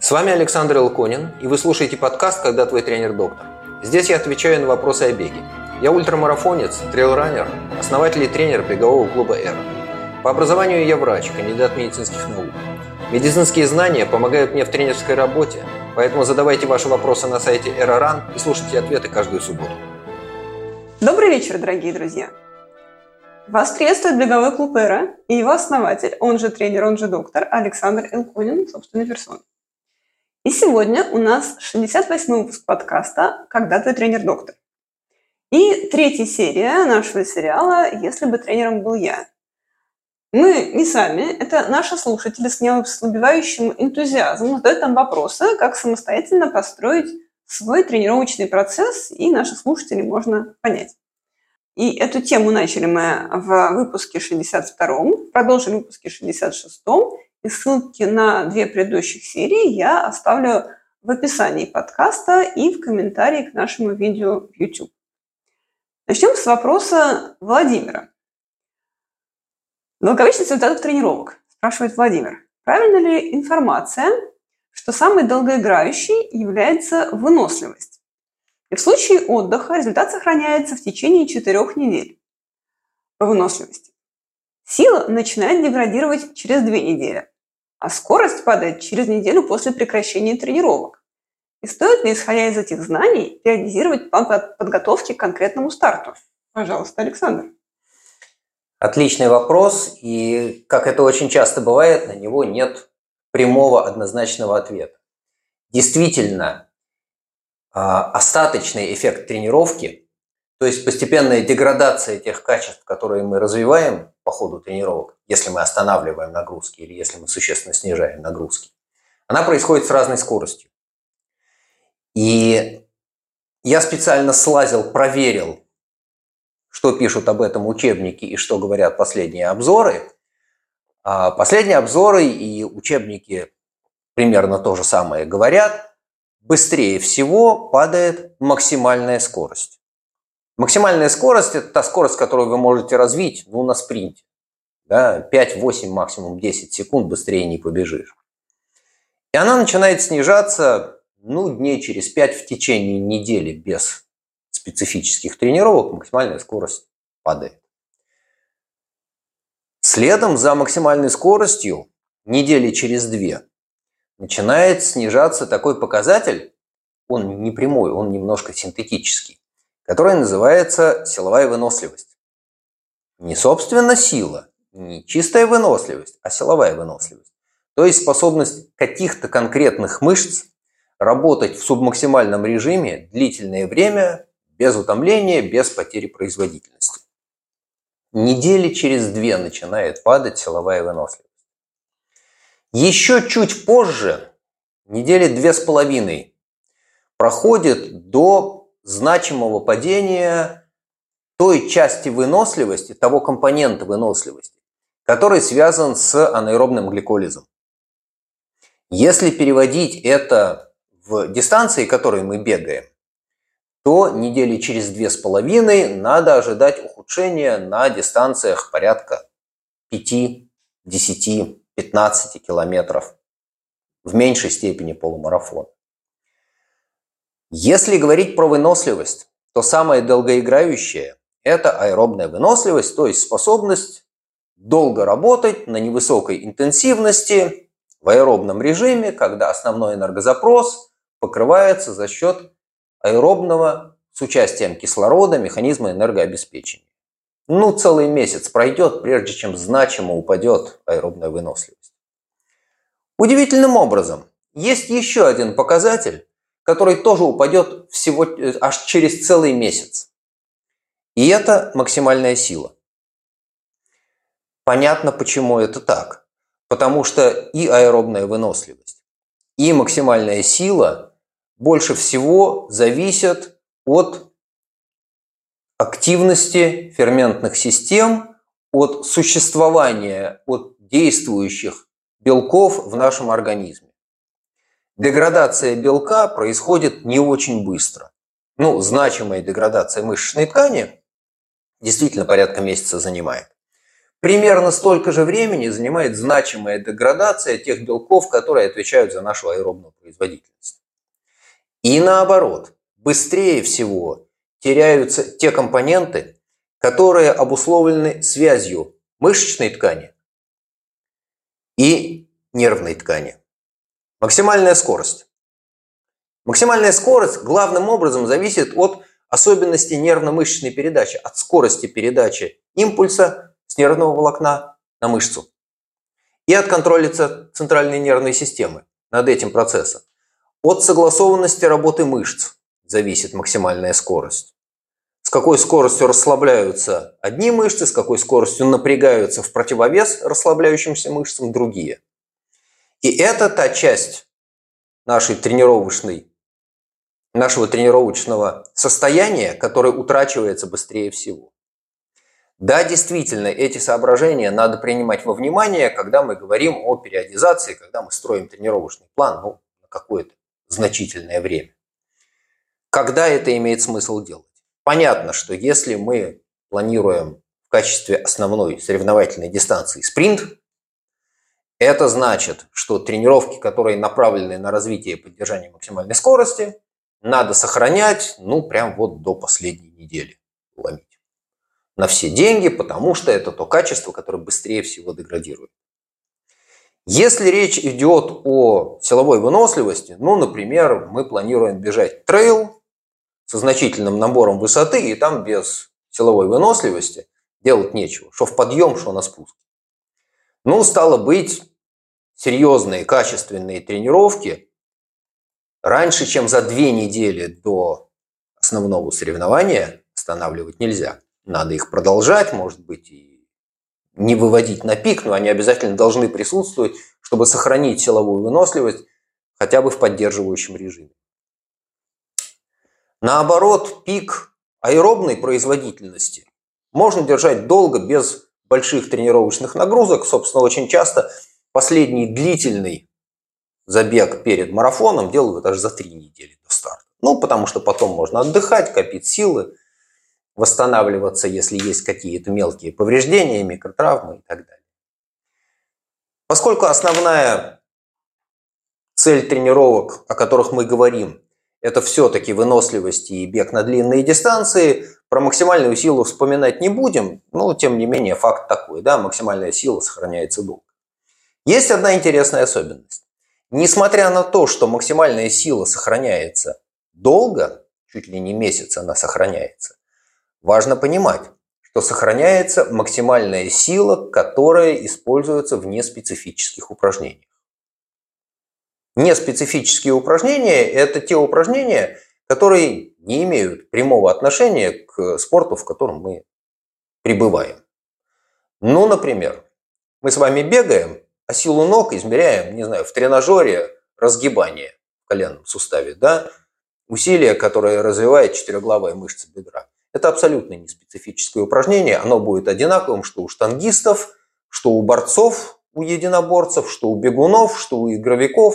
С вами Александр Илконин, и вы слушаете подкаст «Когда твой тренер доктор». Здесь я отвечаю на вопросы о беге. Я ультрамарафонец, трейлранер, основатель и тренер бегового клуба «Эра». По образованию я врач, кандидат медицинских наук. Медицинские знания помогают мне в тренерской работе, поэтому задавайте ваши вопросы на сайте «Эра.Ран» и слушайте ответы каждую субботу. Добрый вечер, дорогие друзья! Вас приветствует беговой клуб «Эра» и его основатель, он же тренер, он же доктор Александр Илконин, собственной персоной. И сегодня у нас 68-й выпуск подкаста «Когда твой тренер доктор». И третья серия нашего сериала «Если бы тренером был я». Мы не сами, это наши слушатели с неослабевающим энтузиазмом задают нам вопросы, как самостоятельно построить свой тренировочный процесс, и наших слушателей можно понять. И эту тему начали мы в выпуске 62-м, продолжили в выпуске 66-м, и ссылки на две предыдущих серии я оставлю в описании подкаста и в комментарии к нашему видео в YouTube. Начнем с вопроса Владимира. Долговечность результатов тренировок, спрашивает Владимир. Правильно ли информация, что самой долгоиграющей является выносливость? И в случае отдыха результат сохраняется в течение 4 недель по выносливости. Сила начинает деградировать через 2 недели, а скорость падает через неделю после прекращения тренировок. И стоит ли, исходя из этих знаний, периодизировать план подготовки к конкретному старту? Пожалуйста, Александр. Отличный вопрос, и, как это очень часто бывает, на него нет прямого однозначного ответа. Действительно, остаточный эффект тренировки, то есть постепенная деградация тех качеств, которые мы развиваем по ходу тренировок, если мы останавливаем нагрузки или если мы существенно снижаем нагрузки, она происходит с разной скоростью. И я специально слазил, проверил, что пишут об этом учебники и что говорят последние обзоры. Последние обзоры и учебники примерно то же самое говорят. Быстрее всего падает максимальная скорость. Максимальная скорость – это та скорость, которую вы можете развить на спринте. Да, 5, 8, максимум 10 секунд быстрее не побежишь. И она начинает снижаться дней через 5 в течение недели без специфических тренировок. Максимальная скорость падает. Следом за максимальной скоростью недели через 2 начинает снижаться такой показатель, он не прямой, он немножко синтетический, который называется силовая выносливость. Не собственно сила, не чистая выносливость, а силовая выносливость. То есть способность каких-то конкретных мышц работать в субмаксимальном режиме длительное время, без утомления, без потери производительности. Недели через 2 начинает падать силовая выносливость. Еще чуть позже, недели 2,5, проходит до значимого падения той части выносливости, того компонента выносливости, который связан с анаэробным гликолизом. Если переводить это в дистанции, которые мы бегаем, то недели через 2,5 надо ожидать ухудшения на дистанциях порядка 5, 10, 15 километров, в меньшей степени полумарафон. Если говорить про выносливость, то самое долгоиграющее – это аэробная выносливость, то есть способность долго работать на невысокой интенсивности в аэробном режиме, когда основной энергозапрос покрывается за счет аэробного с участием кислорода механизма энергообеспечения. Целый месяц пройдет, прежде чем значимо упадет аэробная выносливость. Удивительным образом, есть еще один показатель, который тоже упадет всего аж через целый месяц. И это максимальная сила. Понятно, почему это так. Потому что и аэробная выносливость, и максимальная сила больше всего зависят от активности ферментных систем, от существования, от действующих белков в нашем организме. Деградация белка происходит не очень быстро. Значимая деградация мышечной ткани действительно порядка месяца занимает. Примерно столько же времени занимает значимая деградация тех белков, которые отвечают за нашу аэробную производительность. И наоборот, быстрее всего теряются те компоненты, которые обусловлены связью мышечной ткани и нервной ткани. Максимальная скорость. Максимальная скорость главным образом зависит от особенностей нервно-мышечной передачи, от скорости передачи импульса с нервного волокна на мышцу и от контроля центральной нервной системы над этим процессом. От согласованности работы мышц зависит максимальная скорость. С какой скоростью расслабляются одни мышцы, с какой скоростью напрягаются в противовес расслабляющимся мышцам другие. И это та часть нашего тренировочного состояния, которое утрачивается быстрее всего. Да, действительно, эти соображения надо принимать во внимание, когда мы говорим о периодизации, когда мы строим тренировочный план на какое-то значительное время. Когда это имеет смысл делать? Понятно, что если мы планируем в качестве основной соревновательной дистанции спринт, это значит, что тренировки, которые направлены на развитие и поддержание максимальной скорости, надо сохранять, прям вот до последней недели ломить. На все деньги, потому что это то качество, которое быстрее всего деградирует. Если речь идет о силовой выносливости, например, мы планируем бежать трейл со значительным набором высоты, и там без силовой выносливости делать нечего, что в подъем, что на спуск. Стало быть, серьезные, качественные тренировки раньше, чем за 2 недели до основного соревнования останавливать нельзя. Надо их продолжать, может быть, и не выводить на пик, но они обязательно должны присутствовать, чтобы сохранить силовую выносливость хотя бы в поддерживающем режиме. Наоборот, пик аэробной производительности можно держать долго, без больших тренировочных нагрузок. Собственно, очень часто последний длительный забег перед марафоном делают аж за 3 недели до старта. Потому что потом можно отдыхать, копить силы, восстанавливаться, если есть какие-то мелкие повреждения, микротравмы и так далее. Поскольку основная цель тренировок, о которых мы говорим, это все-таки выносливость и бег на длинные дистанции, про максимальную силу вспоминать не будем, но тем не менее факт такой, максимальная сила сохраняется долго. Есть одна интересная особенность. Несмотря на то, что максимальная сила сохраняется долго, чуть ли не месяц она сохраняется, важно понимать, что сохраняется максимальная сила, которая используется в неспецифических упражнениях. Неспецифические упражнения – это те упражнения, которые не имеют прямого отношения к спорту, в котором мы пребываем. Например, мы с вами бегаем, а силу ног измеряем, в тренажере разгибания в коленном суставе, усилие, которое развивает четырехглавая мышца бедра. Это абсолютно неспецифическое упражнение, оно будет одинаковым, что у штангистов, что у борцов, у единоборцев, что у бегунов, что у игровиков.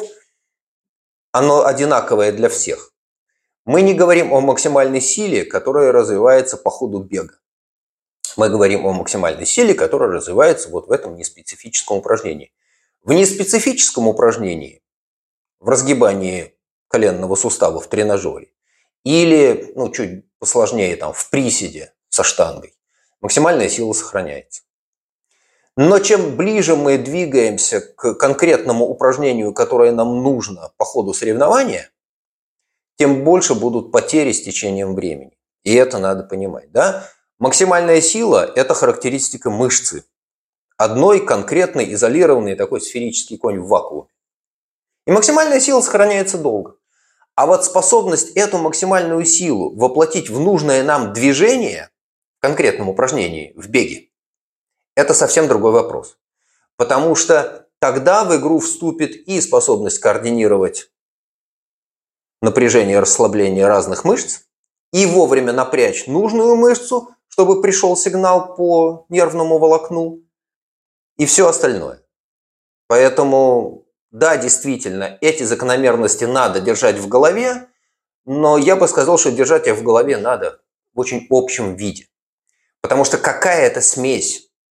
Оно одинаковое для всех. Мы не говорим о максимальной силе, которая развивается по ходу бега. Мы говорим о максимальной силе, которая развивается вот в этом неспецифическом упражнении. В неспецифическом упражнении, в разгибании коленного сустава в тренажере, или, чуть посложнее, в приседе со штангой, максимальная сила сохраняется. Но чем ближе мы двигаемся к конкретному упражнению, которое нам нужно по ходу соревнования, тем больше будут потери с течением времени. И это надо понимать. Максимальная сила – это характеристика мышцы. Одной конкретной, изолированной такой сферический конь в вакууме. И максимальная сила сохраняется долго. А вот способность эту максимальную силу воплотить в нужное нам движение в конкретном упражнении, в беге, это совсем другой вопрос. Потому что тогда в игру вступит и способность координировать напряжение и расслабление разных мышц, и вовремя напрячь нужную мышцу, чтобы пришел сигнал по нервному волокну, и все остальное. Поэтому, да, действительно, эти закономерности надо держать в голове, но я бы сказал, что держать их в голове надо в очень общем виде. Потому что какая-то смесь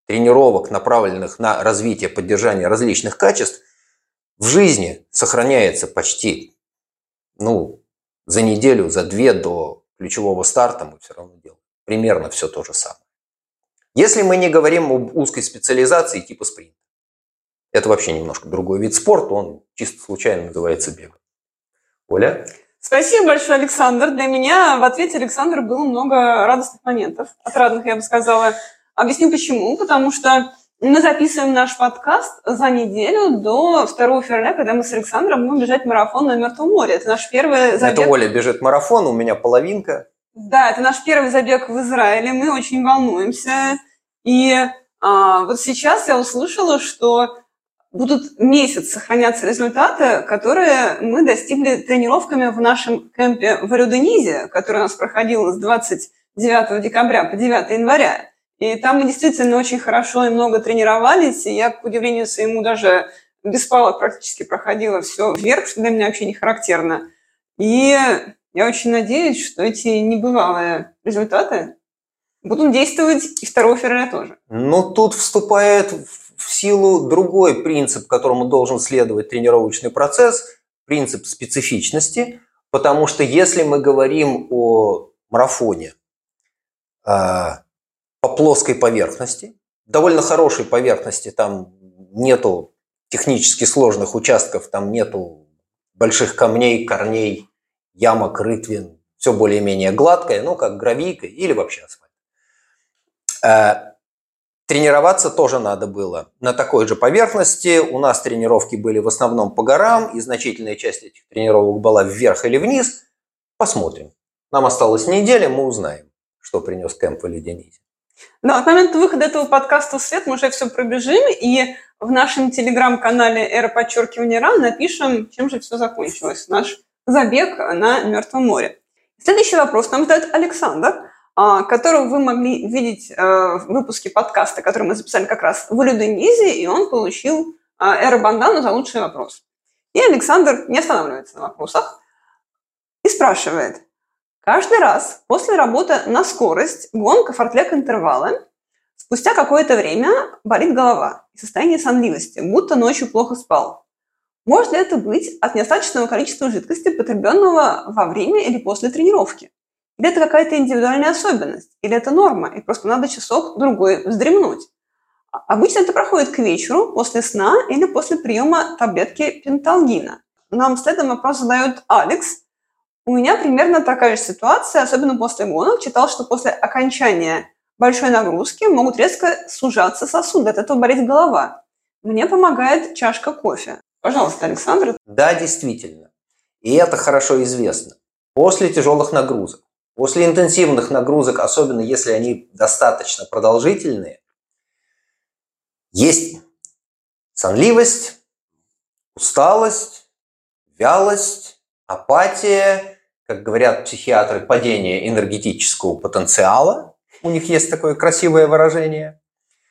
тренировок, направленных на развитие, поддержание различных качеств, в жизни сохраняется почти за неделю, за две до ключевого старта мы все равно делаем примерно все то же самое. Если мы не говорим об узкой специализации типа спринта. Это вообще немножко другой вид спорта, он чисто случайно называется бегом. Оля? Спасибо большое, Александр. Для меня в ответе Александра было много радостных моментов. Отрадных, я бы сказала. Объясню почему. Потому что мы записываем наш подкаст за неделю до 2 февраля, когда мы с Александром будем бежать марафон на Мертвом море. Это наш первый забег. Это Оля бежит марафон, у меня половинка. Да, это наш первый забег в Израиле. Мы очень волнуемся. И вот сейчас я услышала, что будут месяц сохраняться результаты, которые мы достигли тренировками в нашем кемпе в Рю-де-Низе, который у нас проходил с 29 декабря по 9 января. И там мы действительно очень хорошо и много тренировались, и я, к удивлению своему, даже без палок практически проходила все вверх, что для меня вообще не характерно. И я очень надеюсь, что эти небывалые результаты будут действовать и 2 февраля тоже. Но тут вступает в силу другой принцип, которому должен следовать тренировочный процесс, принцип специфичности, потому что если мы говорим о марафоне по плоской поверхности, довольно хорошей поверхности, там нету технически сложных участков, там нету больших камней, корней, ямок, рытвин, все более-менее гладкое, как гравийка или вообще асфальт. Тренироваться тоже надо было на такой же поверхности. У нас тренировки были в основном по горам, и значительная часть этих тренировок была вверх или вниз. Посмотрим. Нам осталась неделя, мы узнаем, что принес кемп в Рю-де-Низе. Да, к моменту выхода этого подкаста в свет мы уже все пробежим, и в нашем телеграм-канале @RA напишем, чем же все закончилось. Наш забег на Мертвом море. Следующий вопрос нам задает Александр, которого вы могли видеть в выпуске подкаста, который мы записали как раз в Рю-де-Низе, и он получил эро-бандану за лучший вопрос. И Александр не останавливается на вопросах и спрашивает: каждый раз после работы на скорость, гонка, фортлек, интервалы, спустя какое-то время болит голова и состояние сонливости, будто ночью плохо спал. Может ли это быть от недостаточного количества жидкости, потребленного во время или после тренировки? Или это какая-то индивидуальная особенность? Или это норма, и просто надо часок-другой вздремнуть? Обычно это проходит к вечеру, после сна или после приема таблетки пенталгина. Нам следом вопрос задает Алекс. У меня примерно такая же ситуация, особенно после гонок. Читал, что после окончания большой нагрузки могут резко сужаться сосуды, от этого болеть голова. Мне помогает чашка кофе. Пожалуйста, Александр. Да, действительно. И это хорошо известно. После тяжелых нагрузок, после интенсивных нагрузок, особенно если они достаточно продолжительные, есть сонливость, усталость, вялость, апатия, как говорят психиатры, падение энергетического потенциала. У них есть такое красивое выражение.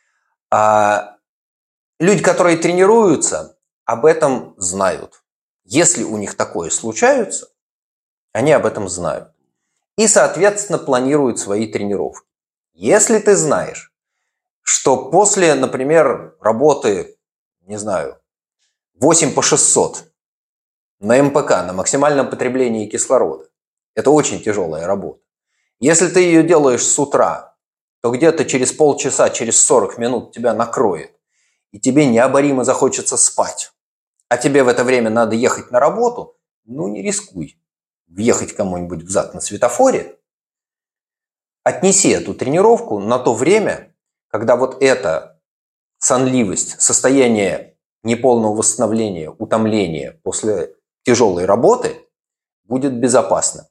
Люди, которые тренируются, об этом знают. Если у них такое случается, они об этом знают. И, соответственно, планируют свои тренировки. Если ты знаешь, что после, например, работы, 8 по 600 на МПК, на максимальном потреблении кислорода, это очень тяжелая работа. Если ты ее делаешь с утра, то где-то через полчаса, через 40 минут тебя накроет, и тебе необоримо захочется спать, а тебе в это время надо ехать на работу, не рискуй въехать кому-нибудь в зад на светофоре. Отнеси эту тренировку на то время, когда вот эта сонливость, состояние неполного восстановления, утомления после тяжелой работы будет безопасно.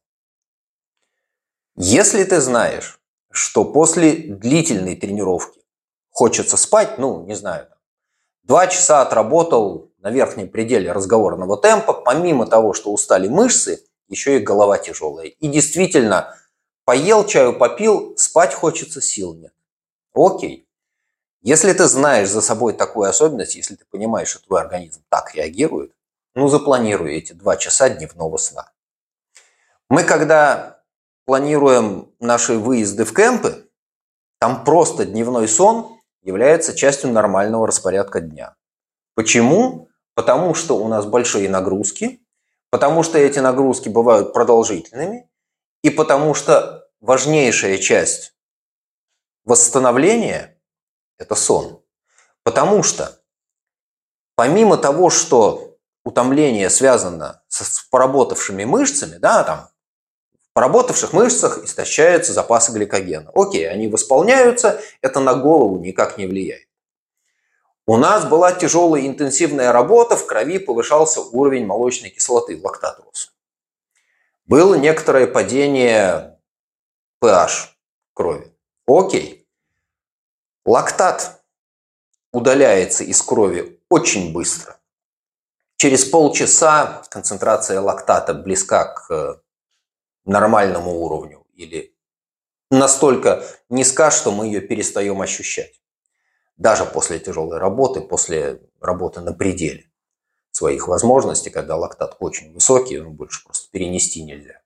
Если ты знаешь, что после длительной тренировки хочется спать, 2 часа отработал на верхнем пределе разговорного темпа, помимо того, что устали мышцы, еще и голова тяжелая. И действительно, поел, чаю попил, спать хочется, сил нет. Окей. Если ты знаешь за собой такую особенность, если ты понимаешь, что твой организм так реагирует, запланируй эти 2 часа дневного сна. Мы, когда планируем наши выезды в кемпы, там просто дневной сон, является частью нормального распорядка дня. Почему? Потому что у нас большие нагрузки, потому что эти нагрузки бывают продолжительными, и потому что важнейшая часть восстановления – это сон. Потому что помимо того, что утомление связано с поработавшими мышцами, в поработавших мышцах истощаются запасы гликогена. Окей, они восполняются, это на голову никак не влияет. У нас была тяжелая интенсивная работа, в крови повышался уровень молочной кислоты, лактат рос. Было некоторое падение pH крови. Окей. Лактат удаляется из крови очень быстро. Через полчаса концентрация лактата близка к нормальному уровню или настолько низка, что мы ее перестаем ощущать. Даже после тяжелой работы, после работы на пределе своих возможностей, когда лактат очень высокий, он больше просто перенести нельзя.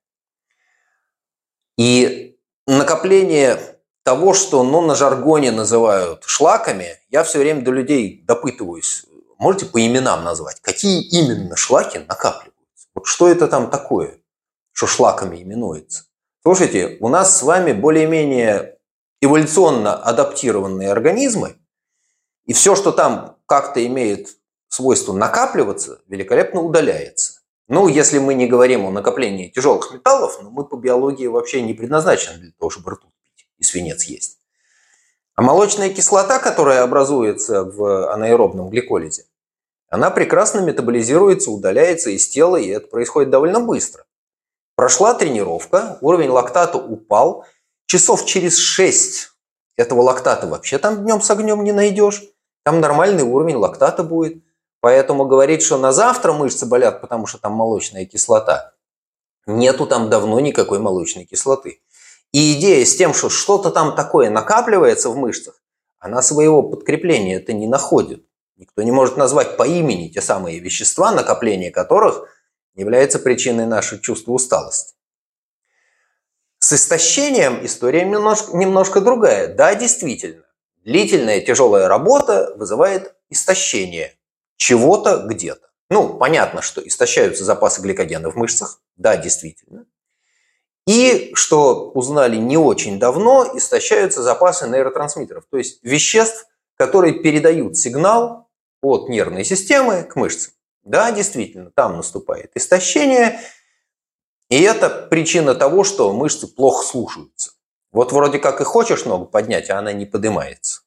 И накопление того, что на жаргоне называют шлаками, я все время до людей допытываюсь, можете по именам назвать, какие именно шлаки накапливаются? Вот что это там такое, что шлаками именуется? Слушайте, у нас с вами более-менее эволюционно адаптированные организмы, и все, что там как-то имеет свойство накапливаться, великолепно удаляется. Если мы не говорим о накоплении тяжелых металлов, но мы по биологии вообще не предназначены для того, чтобы ртуть пить и свинец есть. А молочная кислота, которая образуется в анаэробном гликолизе, она прекрасно метаболизируется, удаляется из тела, и это происходит довольно быстро. Прошла тренировка, уровень лактата упал, часов через 6 этого лактата вообще там днем с огнем не найдешь. Там нормальный уровень лактата будет. Поэтому говорить, что на завтра мышцы болят, потому что там молочная кислота, нету там давно никакой молочной кислоты. И идея с тем, что что-то там такое накапливается в мышцах, она своего подкрепления это не находит. Никто не может назвать по имени те самые вещества, накопление которых является причиной нашего чувства усталости. С истощением история немножко другая. Да, действительно. Длительная тяжелая работа вызывает истощение чего-то где-то. Понятно, что истощаются запасы гликогена в мышцах. Да, действительно. И, что узнали не очень давно, истощаются запасы нейротрансмиттеров. То есть веществ, которые передают сигнал от нервной системы к мышцам. Да, действительно, там наступает истощение. И это причина того, что мышцы плохо слушаются. Вот вроде как и хочешь ногу поднять, а она не поднимается.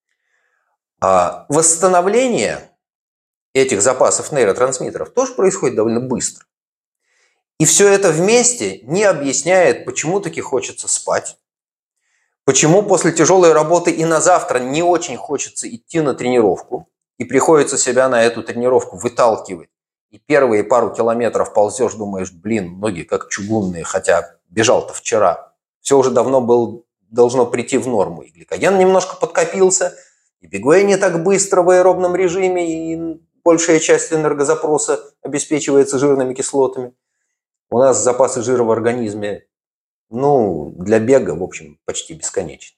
А восстановление этих запасов нейротрансмиттеров тоже происходит довольно быстро. И все это вместе не объясняет, почему таки хочется спать, почему после тяжелой работы и на завтра не очень хочется идти на тренировку, и приходится себя на эту тренировку выталкивать. И первые пару километров ползешь, думаешь, ноги как чугунные, хотя бежал-то вчера. Все уже давно должно прийти в норму. И гликоген немножко подкопился, и бегу я не так быстро в аэробном режиме, и большая часть энергозапроса обеспечивается жирными кислотами. У нас запасы жира в организме, для бега, в общем, почти бесконечны.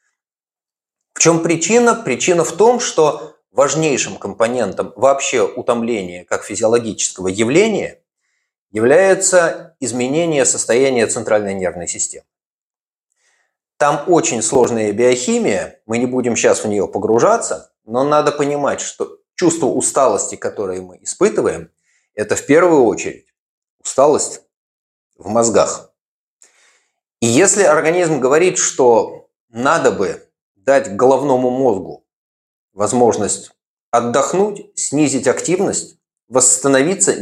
В чем причина? Причина в том, что важнейшим компонентом вообще утомления как физиологического явления является изменение состояния центральной нервной системы. Там очень сложная биохимия, мы не будем сейчас в нее погружаться, но надо понимать, что чувство усталости, которое мы испытываем, это в первую очередь усталость в мозгах. И если организм говорит, что надо бы дать головному мозгу возможность отдохнуть, снизить активность, восстановиться,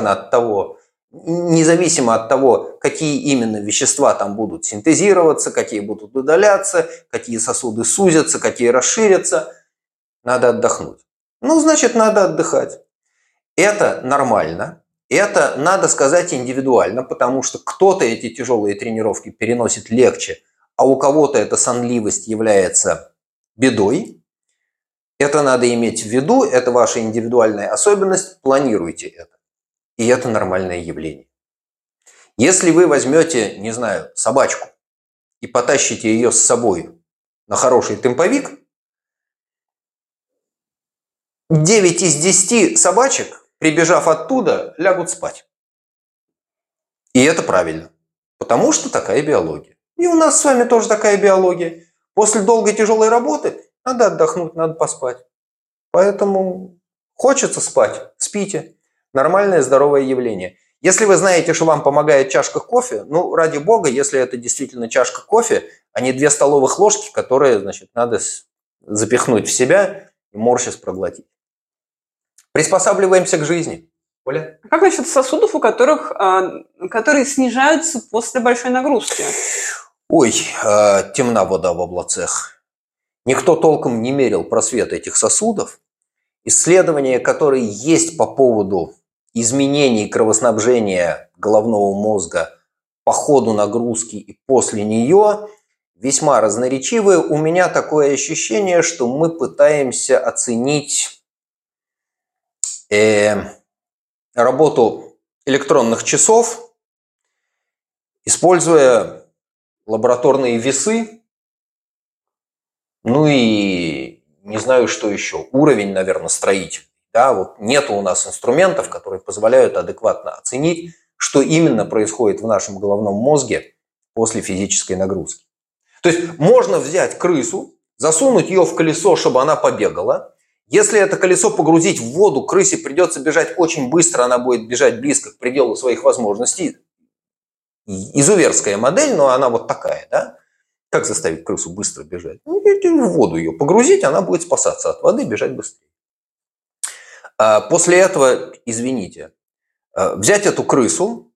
независимо от того, какие именно вещества там будут синтезироваться, какие будут удаляться, какие сосуды сузятся, какие расширятся, надо отдохнуть. Значит, надо отдыхать. Это нормально. Это, надо сказать, индивидуально, потому что кто-то эти тяжелые тренировки переносит легче, а у кого-то эта сонливость является бедой. Это надо иметь в виду, это ваша индивидуальная особенность, планируйте это. И это нормальное явление. Если вы возьмете, собачку и потащите ее с собой на хороший темповик, 9 из 10 собачек, прибежав оттуда, лягут спать. И это правильно, потому что такая биология. И у нас с вами тоже такая биология. После долгой тяжелой работы надо отдохнуть, надо поспать. Поэтому хочется спать, спите. Нормальное здоровое явление. Если вы знаете, что вам помогает чашка кофе, ну, ради бога, если это действительно чашка кофе, а не 2 столовых ложки, которые, значит, надо запихнуть в себя и морщись проглотить. Приспосабливаемся к жизни. Оля? Как насчет сосудов, которые снижаются после большой нагрузки? Ой, темна вода в облацах. Никто толком не мерил просвет этих сосудов. Исследования, которые есть по поводу изменений кровоснабжения головного мозга по ходу нагрузки и после нее, весьма разноречивые. У меня такое ощущение, что мы пытаемся оценить работу электронных часов, используя лабораторные весы, ну и не знаю, что еще, уровень, наверное, строительный. Да, вот нет у нас инструментов, которые позволяют адекватно оценить, что именно происходит в нашем головном мозге после физической нагрузки. То есть можно взять крысу, засунуть ее в колесо, чтобы она побегала. Если это колесо погрузить в воду, крысе придется бежать очень быстро, она будет бежать близко к пределу своих возможностей. Изуверская модель, но она вот такая, да? Как заставить крысу быстро бежать? Ну, в воду ее погрузить, она будет спасаться от воды, бежать быстрее. После этого, извините, взять эту крысу,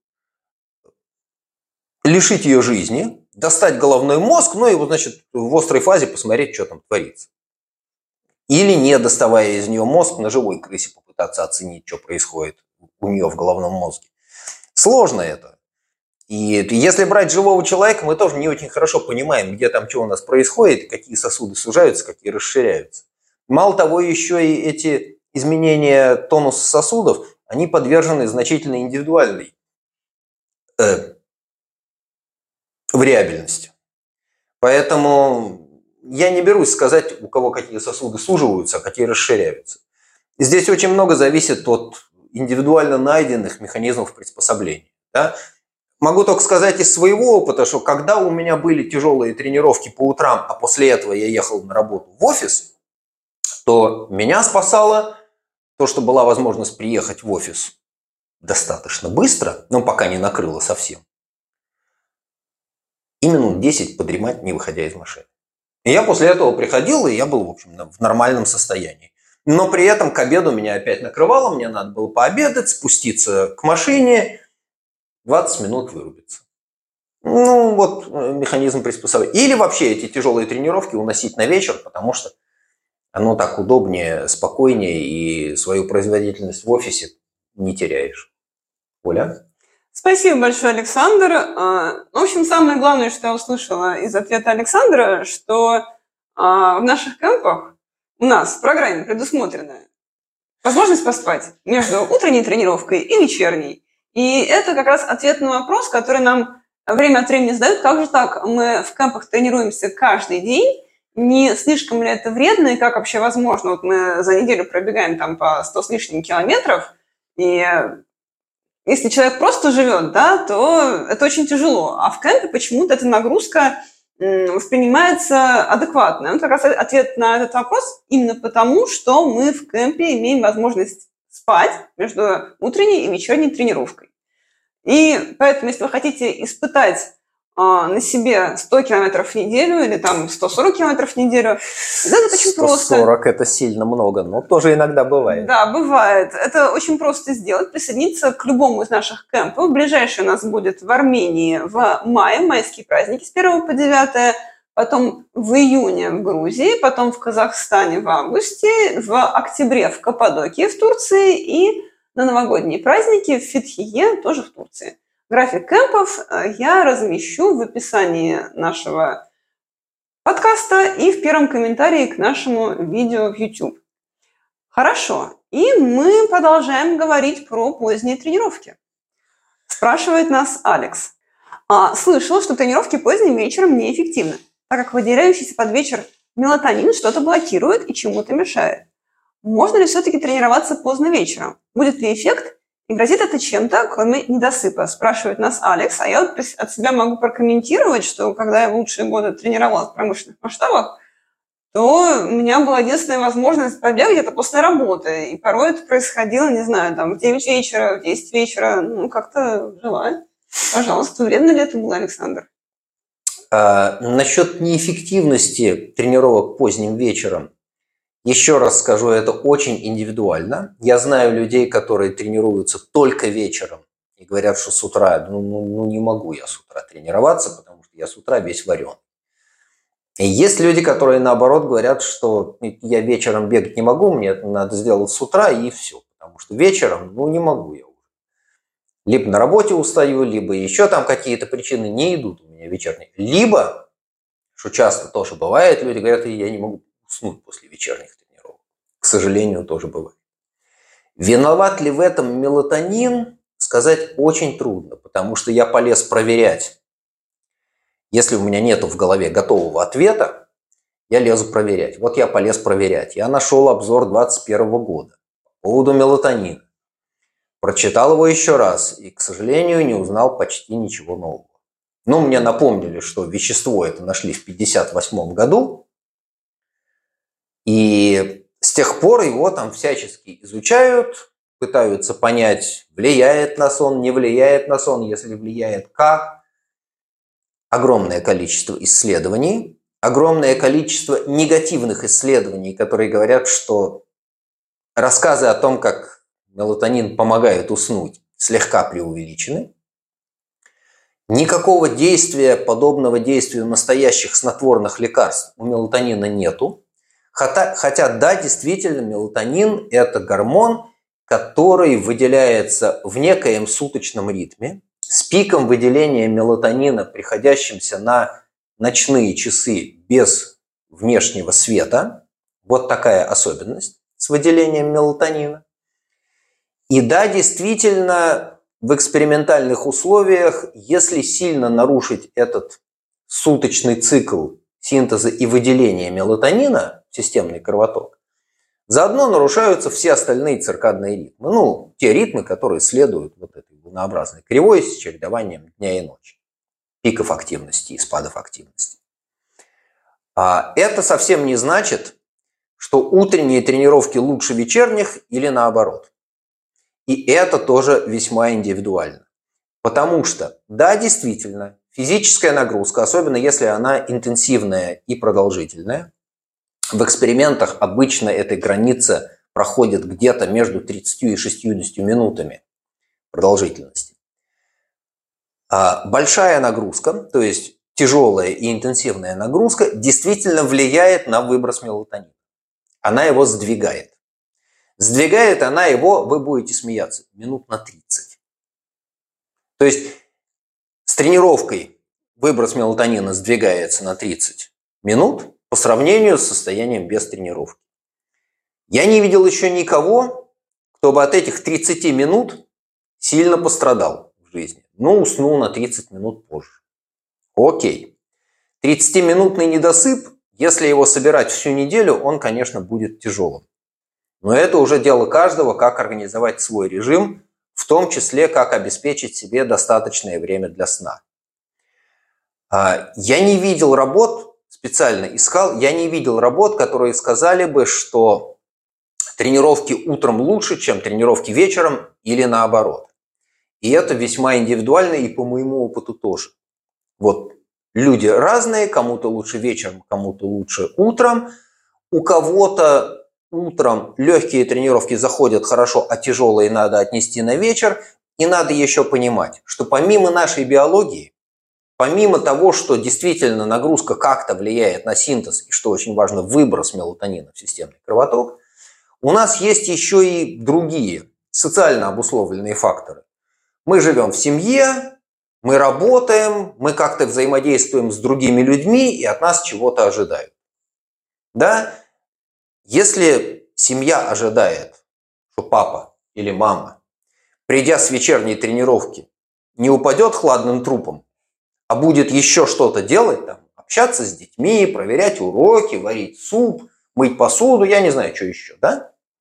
лишить ее жизни, достать головной мозг, ну и вот, значит, в острой фазе посмотреть, что там творится. Или, не доставая из нее мозг, на живой крысе попытаться оценить, что происходит у нее в головном мозге. Сложно это. И если брать живого человека, мы тоже не очень хорошо понимаем, где там что у нас происходит, какие сосуды сужаются, какие расширяются. Мало того, еще и эти изменения тонуса сосудов, они подвержены значительной индивидуальной вариабельности. Поэтому я не берусь сказать, у кого какие сосуды суживаются, а какие расширяются. Здесь очень много зависит от индивидуально найденных механизмов приспособления. Да? Могу только сказать из своего опыта, что когда у меня были тяжелые тренировки по утрам, а после этого я ехал на работу в офис, то меня спасало то, что была возможность приехать в офис достаточно быстро, но пока не накрыло совсем, и минут 10 подремать, не выходя из машины. И я после этого приходил, и я был, в общем, в нормальном состоянии. Но при этом к обеду меня опять накрывало, мне надо было пообедать, спуститься к машине, 20 минут вырубиться. Ну, вот механизм приспособления. Или вообще эти тяжелые тренировки уносить на вечер, потому что оно так удобнее, спокойнее, и свою производительность в офисе не теряешь. Оля? Спасибо большое, Александр. В общем, самое главное, что я услышала из ответа Александра, что в наших кемпах у нас в программе предусмотрена возможность поспать между утренней тренировкой и вечерней. И это как раз ответ на вопрос, который нам время от времени задают. Как же так? Мы в кемпах тренируемся каждый день. Не слишком ли это вредно? И как вообще возможно? Вот мы за неделю пробегаем там по 100 с лишним километров. И если человек просто живет, да, то это очень тяжело. А в кемпе почему-то эта нагрузка воспринимается адекватно. Вот как раз ответ на этот вопрос именно потому, что мы в кемпе имеем возможность спать между утренней и вечерней тренировкой. И поэтому, если вы хотите испытать на себе 100 километров в неделю или там 140 километров в неделю, это очень просто. 140 – это сильно много, но тоже иногда бывает. Да, бывает. Это очень просто сделать. Присоединиться к любому из наших кемпов. Ближайший у нас будет в Армении в мае, майские праздники с 1 по 9, потом в июне в Грузии, потом в Казахстане в августе, в октябре в Каппадокии в Турции и на новогодние праздники в Фетхие, тоже в Турции. График кемпов я размещу в описании нашего подкаста и в первом комментарии к нашему видео в YouTube. Хорошо. И мы продолжаем говорить про поздние тренировки. Спрашивает нас Алекс. Слышала, что тренировки поздним вечером неэффективны, так как выделяющийся под вечер мелатонин что-то блокирует и чему-то мешает. Можно ли все-таки тренироваться поздно вечером? Будет ли эффект? И грозит это чем-то, кроме недосыпа? Спрашивает нас Алекс. А я вот от себя могу прокомментировать, что когда я в лучшие годы тренировалась в промышленных масштабах, то у меня была единственная возможность побегать где-то после работы. И порой это происходило, не знаю, там в 9 вечера, в 10 вечера. Ну, как-то жила. Пожалуйста, вредно ли это было, Александр? Насчет неэффективности тренировок поздним вечером, еще раз скажу, это очень индивидуально. Я знаю людей, которые тренируются только вечером и говорят, что с утра, ну не могу я с утра тренироваться, потому что я с утра весь варен. И есть люди, которые наоборот говорят, что я вечером бегать не могу, мне это надо сделать с утра и все, потому что вечером, не могу я уже. Либо на работе устаю, либо еще там какие-то причины не идут у меня вечерние. Либо, что часто тоже бывает, люди говорят, я не могу уснуть после вечерних тренировок. К сожалению, тоже бывает. Виноват ли в этом мелатонин, сказать очень трудно, потому что я полез проверять. Если у меня нету в голове готового ответа, я лезу проверять. Вот я полез проверять. Я нашел обзор 2021 года по поводу мелатонина. Прочитал его еще раз и, к сожалению, не узнал почти ничего нового. Мне напомнили, что вещество это нашли в 1958 году. И с тех пор его там всячески изучают, пытаются понять, влияет на сон, не влияет на сон, если влияет, как. Огромное количество исследований, огромное количество негативных исследований, которые говорят, что рассказы о том, как мелатонин помогает уснуть, слегка преувеличены. Никакого действия, подобного действию настоящих снотворных лекарств у мелатонина нету. Хотя, да, действительно, мелатонин – это гормон, который выделяется в некоем суточном ритме, с пиком выделения мелатонина, приходящимся на ночные часы без внешнего света. Вот такая особенность с выделением мелатонина. И да, действительно, в экспериментальных условиях, если сильно нарушить этот суточный цикл синтеза и выделения мелатонина в системный кровоток, заодно нарушаются все остальные циркадные ритмы. Те ритмы, которые следуют вот этой лунообразной кривой с чередованием дня и ночи, пиков активности и спадов активности. Это совсем не значит, что утренние тренировки лучше вечерних или наоборот. И это тоже весьма индивидуально. Потому что, да, действительно, физическая нагрузка, особенно если она интенсивная и продолжительная, в экспериментах обычно эта граница проходит где-то между 30 и 60 минутами продолжительности. Большая нагрузка, то есть тяжелая и интенсивная нагрузка, действительно влияет на выброс мелатонина. Она его сдвигает. Сдвигает она его, вы будете смеяться, минут на 30. То есть с тренировкой выброс мелатонина сдвигается на 30 минут по сравнению с состоянием без тренировки. Я не видел еще никого, кто бы от этих 30 минут сильно пострадал в жизни. Уснул на 30 минут позже. Окей. 30-минутный недосып, если его собирать всю неделю, он, конечно, будет тяжелым. Но это уже дело каждого, как организовать свой режим, в том числе, как обеспечить себе достаточное время для сна. Я не видел работ, специально искал, я не видел работ, которые сказали бы, что тренировки утром лучше, чем тренировки вечером или наоборот. И это весьма индивидуально и по моему опыту тоже. Вот люди разные, кому-то лучше вечером, кому-то лучше утром. У кого-то утром легкие тренировки заходят хорошо, а тяжелые надо отнести на вечер. И надо еще понимать, что помимо нашей биологии, помимо того, что действительно нагрузка как-то влияет на синтез, и что очень важно, выброс мелатонина в системный кровоток, у нас есть еще и другие социально обусловленные факторы. Мы живем в семье, мы работаем, мы как-то взаимодействуем с другими людьми и от нас чего-то ожидают. Да? Если семья ожидает, что папа или мама, придя с вечерней тренировки, не упадет хладным трупом, а будет еще что-то делать, там, общаться с детьми, проверять уроки, варить суп, мыть посуду, я не знаю, что еще, да?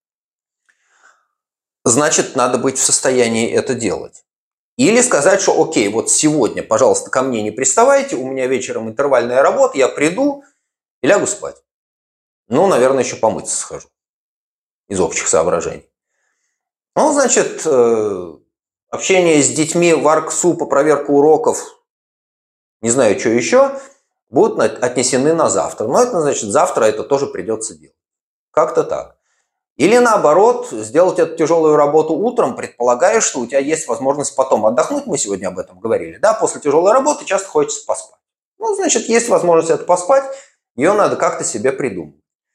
значит, надо быть в состоянии это делать. Или сказать, что окей, вот сегодня, пожалуйста, ко мне не приставайте, у меня вечером интервальная работа, я приду и лягу спать. Ну, наверное, еще помыться схожу из общих соображений. Ну, значит, общение с детьми, варка супа, проверка уроков, не знаю, что еще, будут отнесены на завтра. Но это значит, завтра это тоже придется делать. Как-то так. Или наоборот, сделать эту тяжелую работу утром, предполагая, что у тебя есть возможность потом отдохнуть. Мы сегодня об этом говорили. Да, после тяжелой работы часто хочется поспать. Ну, значит, есть возможность это поспать, ее надо как-то себе придумать.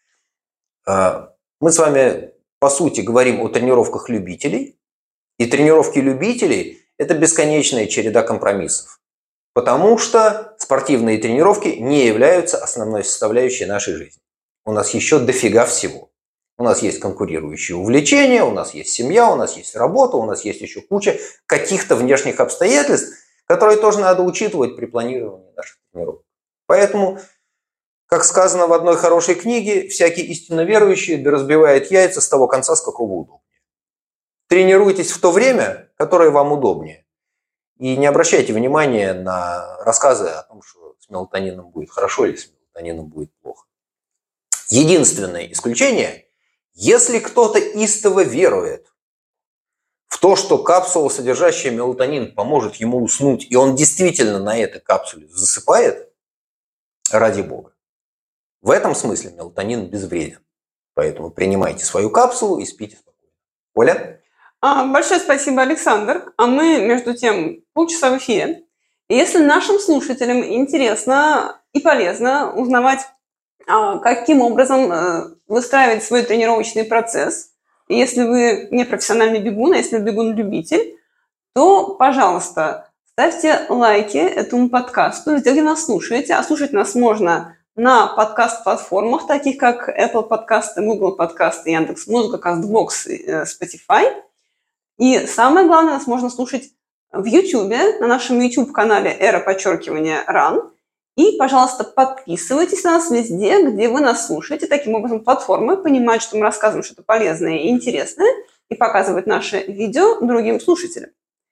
Мы с вами, по сути, говорим о тренировках любителей. И тренировки любителей – это бесконечная череда компромиссов. Потому что спортивные тренировки не являются основной составляющей нашей жизни. У нас еще дофига всего. У нас есть конкурирующие увлечения, у нас есть семья, у нас есть работа, у нас есть еще куча каких-то внешних обстоятельств, которые тоже надо учитывать при планировании наших тренировок. Поэтому, как сказано в одной хорошей книге, всякий истинно верующий да разбивает яйца с того конца, с какого удобнее. Тренируйтесь в то время, которое вам удобнее. И не обращайте внимания на рассказы о том, что с мелатонином будет хорошо или с мелатонином будет плохо. Единственное исключение – если кто-то истово верует в то, что капсула, содержащая мелатонин, поможет ему уснуть, и он действительно на этой капсуле засыпает, ради бога. В этом смысле мелатонин безвреден. Поэтому принимайте свою капсулу и спите спокойно. Оля? Большое спасибо, Александр. А мы, между тем, полчаса в эфире. И если нашим слушателям интересно и полезно узнавать, каким образом выстраивать свой тренировочный процесс, и если вы не профессиональный бегун, а если вы бегун-любитель, то, пожалуйста, ставьте лайки этому подкасту, где вы нас слушаете. А слушать нас можно на подкаст-платформах, таких как Apple подкасты, Google подкасты, Яндекс.Музыка, Кастбокс, Spotify. И самое главное, нас можно слушать в YouTube, на нашем YouTube-канале @run. И, пожалуйста, подписывайтесь на нас везде, где вы нас слушаете. Таким образом, платформы понимают, что мы рассказываем что-то полезное и интересное, и показывают наши видео другим слушателям.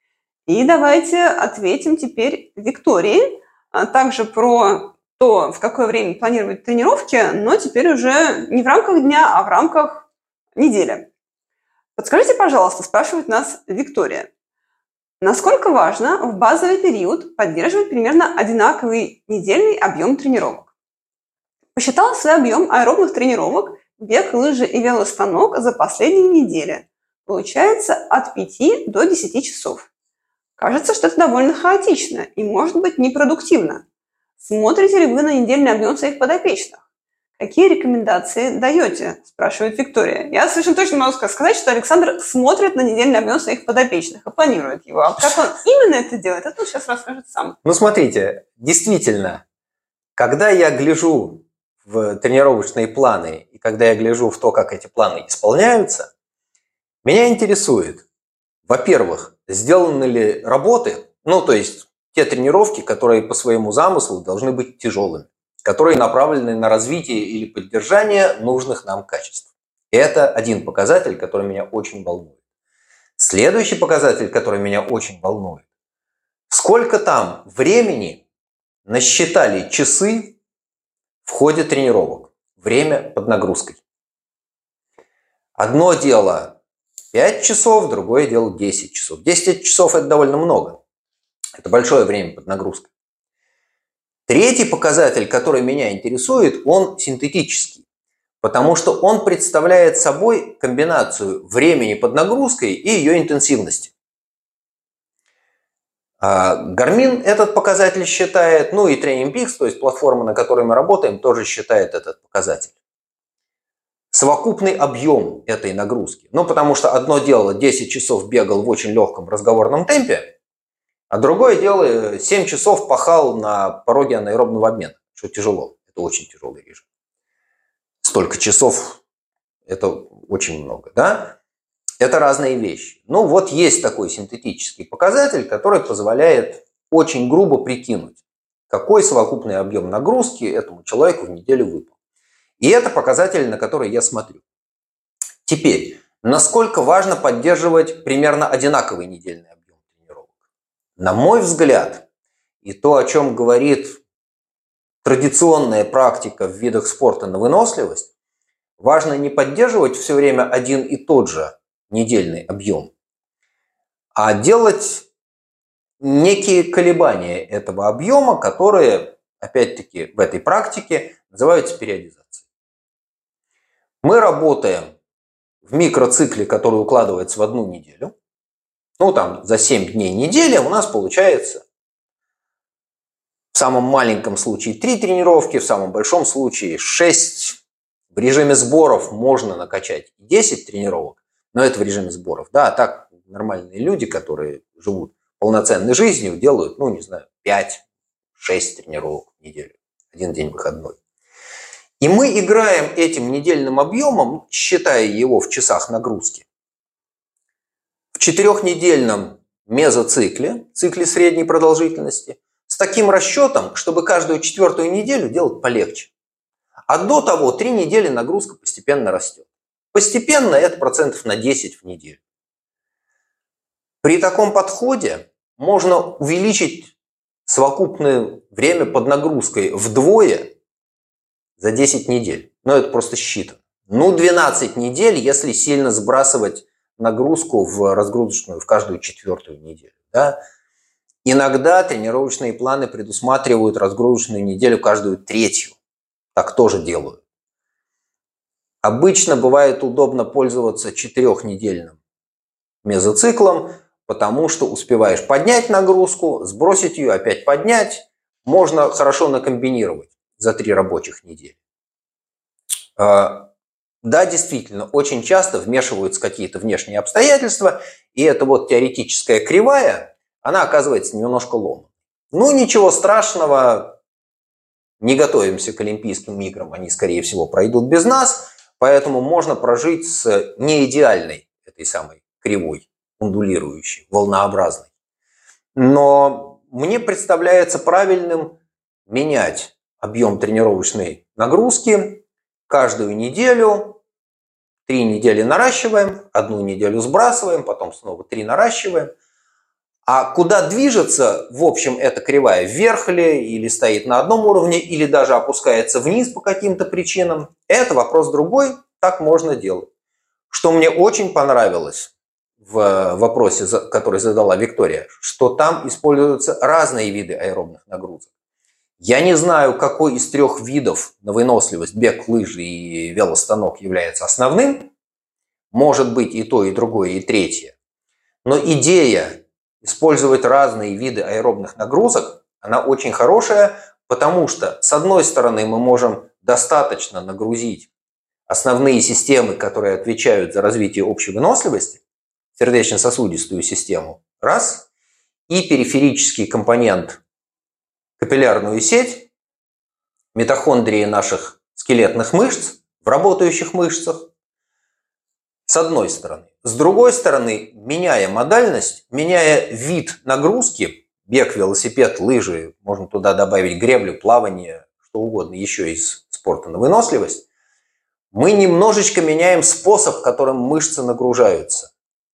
И давайте ответим теперь Виктории, также про то, в какое время планировать тренировки, но теперь уже не в рамках дня, а в рамках недели. Подскажите, пожалуйста, спрашивает нас Виктория. Насколько важно в базовый период поддерживать примерно одинаковый недельный объем тренировок? Посчитала свой объем аэробных тренировок, бег, лыжи и велостанок за последние недели. Получается от 5 до 10 часов. Кажется, что это довольно хаотично и, может быть, непродуктивно. Смотрите ли вы на недельный объем своих подопечных? Какие рекомендации даете? Спрашивает Виктория. Я совершенно точно могу сказать, что Александр смотрит на недельный объем своих подопечных и планирует его. А как он именно это делает, это он сейчас расскажет сам. Ну, смотрите, действительно, когда я гляжу в тренировочные планы и когда я гляжу в то, как эти планы исполняются, меня интересует, во-первых, сделаны ли работы, то есть те тренировки, которые по своему замыслу должны быть тяжелыми, которые направлены на развитие или поддержание нужных нам качеств. Это один показатель, который меня очень волнует. Следующий показатель, который меня очень волнует, сколько там времени насчитали часы в ходе тренировок, время под нагрузкой. Одно дело 5 часов, другое дело 10 часов. 10 часов – это довольно много. Это большое время под нагрузкой. Третий показатель, который меня интересует, он синтетический, потому что он представляет собой комбинацию времени под нагрузкой и ее интенсивности. Garmin этот показатель считает, и Training Peaks, то есть платформа, на которой мы работаем, тоже считает этот показатель. Совокупный объем этой нагрузки. Потому что одно дело 10 часов бегал в очень легком разговорном темпе, а другое дело 7 часов пахал на пороге анаэробного обмена, что тяжело. Это очень тяжелый режим. Столько часов – это очень много, да? Это разные вещи. Есть такой синтетический показатель, который позволяет очень грубо прикинуть, какой совокупный объем нагрузки этому человеку в неделю выпал. И это показатель, на который я смотрю. Теперь, Насколько важно поддерживать примерно одинаковый недельный объем тренировок? На мой взгляд, и то, о чем говорит традиционная практика в видах спорта на выносливость, важно не поддерживать все время один и тот же недельный объем, а делать некие колебания этого объема, которые, опять-таки, в этой практике называются периодизацией. Мы работаем в микроцикле, который укладывается в одну неделю. Там за 7 дней недели у нас получается в самом маленьком случае 3 тренировки, в самом большом случае 6. В режиме сборов можно накачать 10 тренировок, но это в режиме сборов. Да, а так нормальные люди, которые живут полноценной жизнью, делают, 5-6 тренировок в неделю. 1 день выходной. И мы играем этим недельным объемом, считая его в часах нагрузки, в 4-недельном мезоцикле, цикле средней продолжительности, с таким расчетом, чтобы каждую 4-ю неделю делать полегче. А до того 3 недели нагрузка постепенно растет. Постепенно это процентов на 10 в неделю. При таком подходе можно увеличить совокупное время под нагрузкой вдвое за 10 недель. Это просто считано. 12 недель, если сильно сбрасывать нагрузку в разгрузочную в каждую 4-ю неделю. Да? Иногда тренировочные планы предусматривают разгрузочную неделю каждую 3-ю. Так тоже делают. Обычно бывает удобно пользоваться 4-недельным мезоциклом, потому что успеваешь поднять нагрузку, сбросить ее, опять поднять. Можно хорошо накомбинировать за 3 рабочих недели. Да, действительно, очень часто вмешиваются какие-то внешние обстоятельства, и эта теоретическая кривая, она оказывается немножко ломаной. Ничего страшного, не готовимся к Олимпийским играм, они, скорее всего, пройдут без нас, поэтому можно прожить с неидеальной этой самой кривой, ундулирующей, волнообразной. Но мне представляется правильным менять объем тренировочной нагрузки каждую неделю. 3 недели наращиваем, 1 неделю сбрасываем, потом снова 3 наращиваем. А куда движется, в общем, эта кривая? Вверх ли, или стоит на одном уровне, или даже опускается вниз по каким-то причинам? Это вопрос другой, так можно делать. Что мне очень понравилось в вопросе, который задала Виктория, что там используются разные виды аэробных нагрузок. Я не знаю, какой из 3 видов на выносливость, бег, лыжи и велостанок является основным. Может быть и то, и другое, и третье. Но идея использовать разные виды аэробных нагрузок, она очень хорошая, потому что, с одной стороны, мы можем достаточно нагрузить основные системы, которые отвечают за развитие общей выносливости, сердечно-сосудистую систему, раз, и периферический компонент, капиллярную сеть, митохондрии наших скелетных мышц в работающих мышцах, с одной стороны. С другой стороны, меняя модальность, меняя вид нагрузки, бег, велосипед, лыжи, можно туда добавить греблю, плавание, что угодно, еще из спорта на выносливость, мы немножечко меняем способ, которым мышцы нагружаются.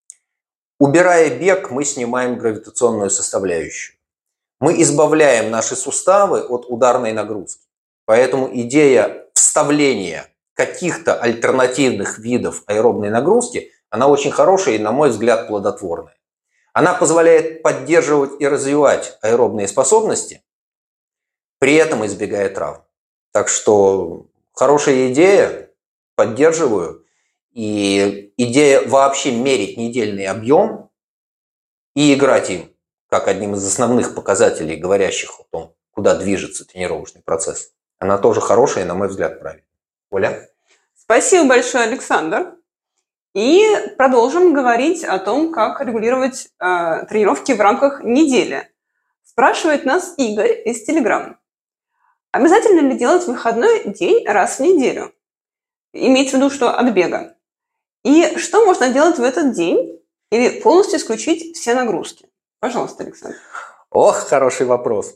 Убирая бег, мы снимаем гравитационную составляющую. Мы избавляем наши суставы от ударной нагрузки. Поэтому идея вставления каких-то альтернативных видов аэробной нагрузки, она очень хорошая и, на мой взгляд, плодотворная. Она позволяет поддерживать и развивать аэробные способности, при этом избегая травм. Так что хорошая идея, поддерживаю. И идея вообще мерить недельный объем и играть им, как одним из основных показателей, говорящих о том, куда движется тренировочный процесс, она тоже хорошая и, на мой взгляд, правильная. Оля? Спасибо большое, Александр. И продолжим говорить о том, как регулировать тренировки в рамках недели. Спрашивает нас Игорь из Телеграм. Обязательно ли делать выходной день раз в неделю? Имеется в виду, что от бега. И что можно делать в этот день или полностью исключить все нагрузки? Пожалуйста, Александр. Ох, хороший вопрос.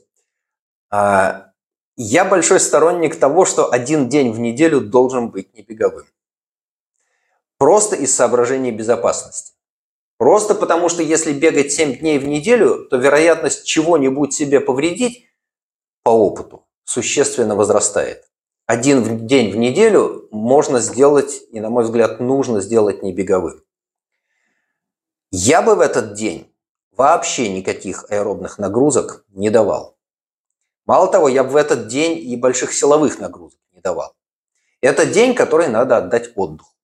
Я большой сторонник того, что 1 день в неделю должен быть не беговым. Просто из соображений безопасности. Просто потому, что если бегать 7 дней в неделю, то вероятность чего-нибудь себе повредить по опыту существенно возрастает. Один день в неделю можно сделать, и, на мой взгляд, нужно сделать не беговым. Я бы в этот день вообще никаких аэробных нагрузок не давал. Мало того, я бы в этот день и больших силовых нагрузок не давал. Это день, который надо отдать отдыху.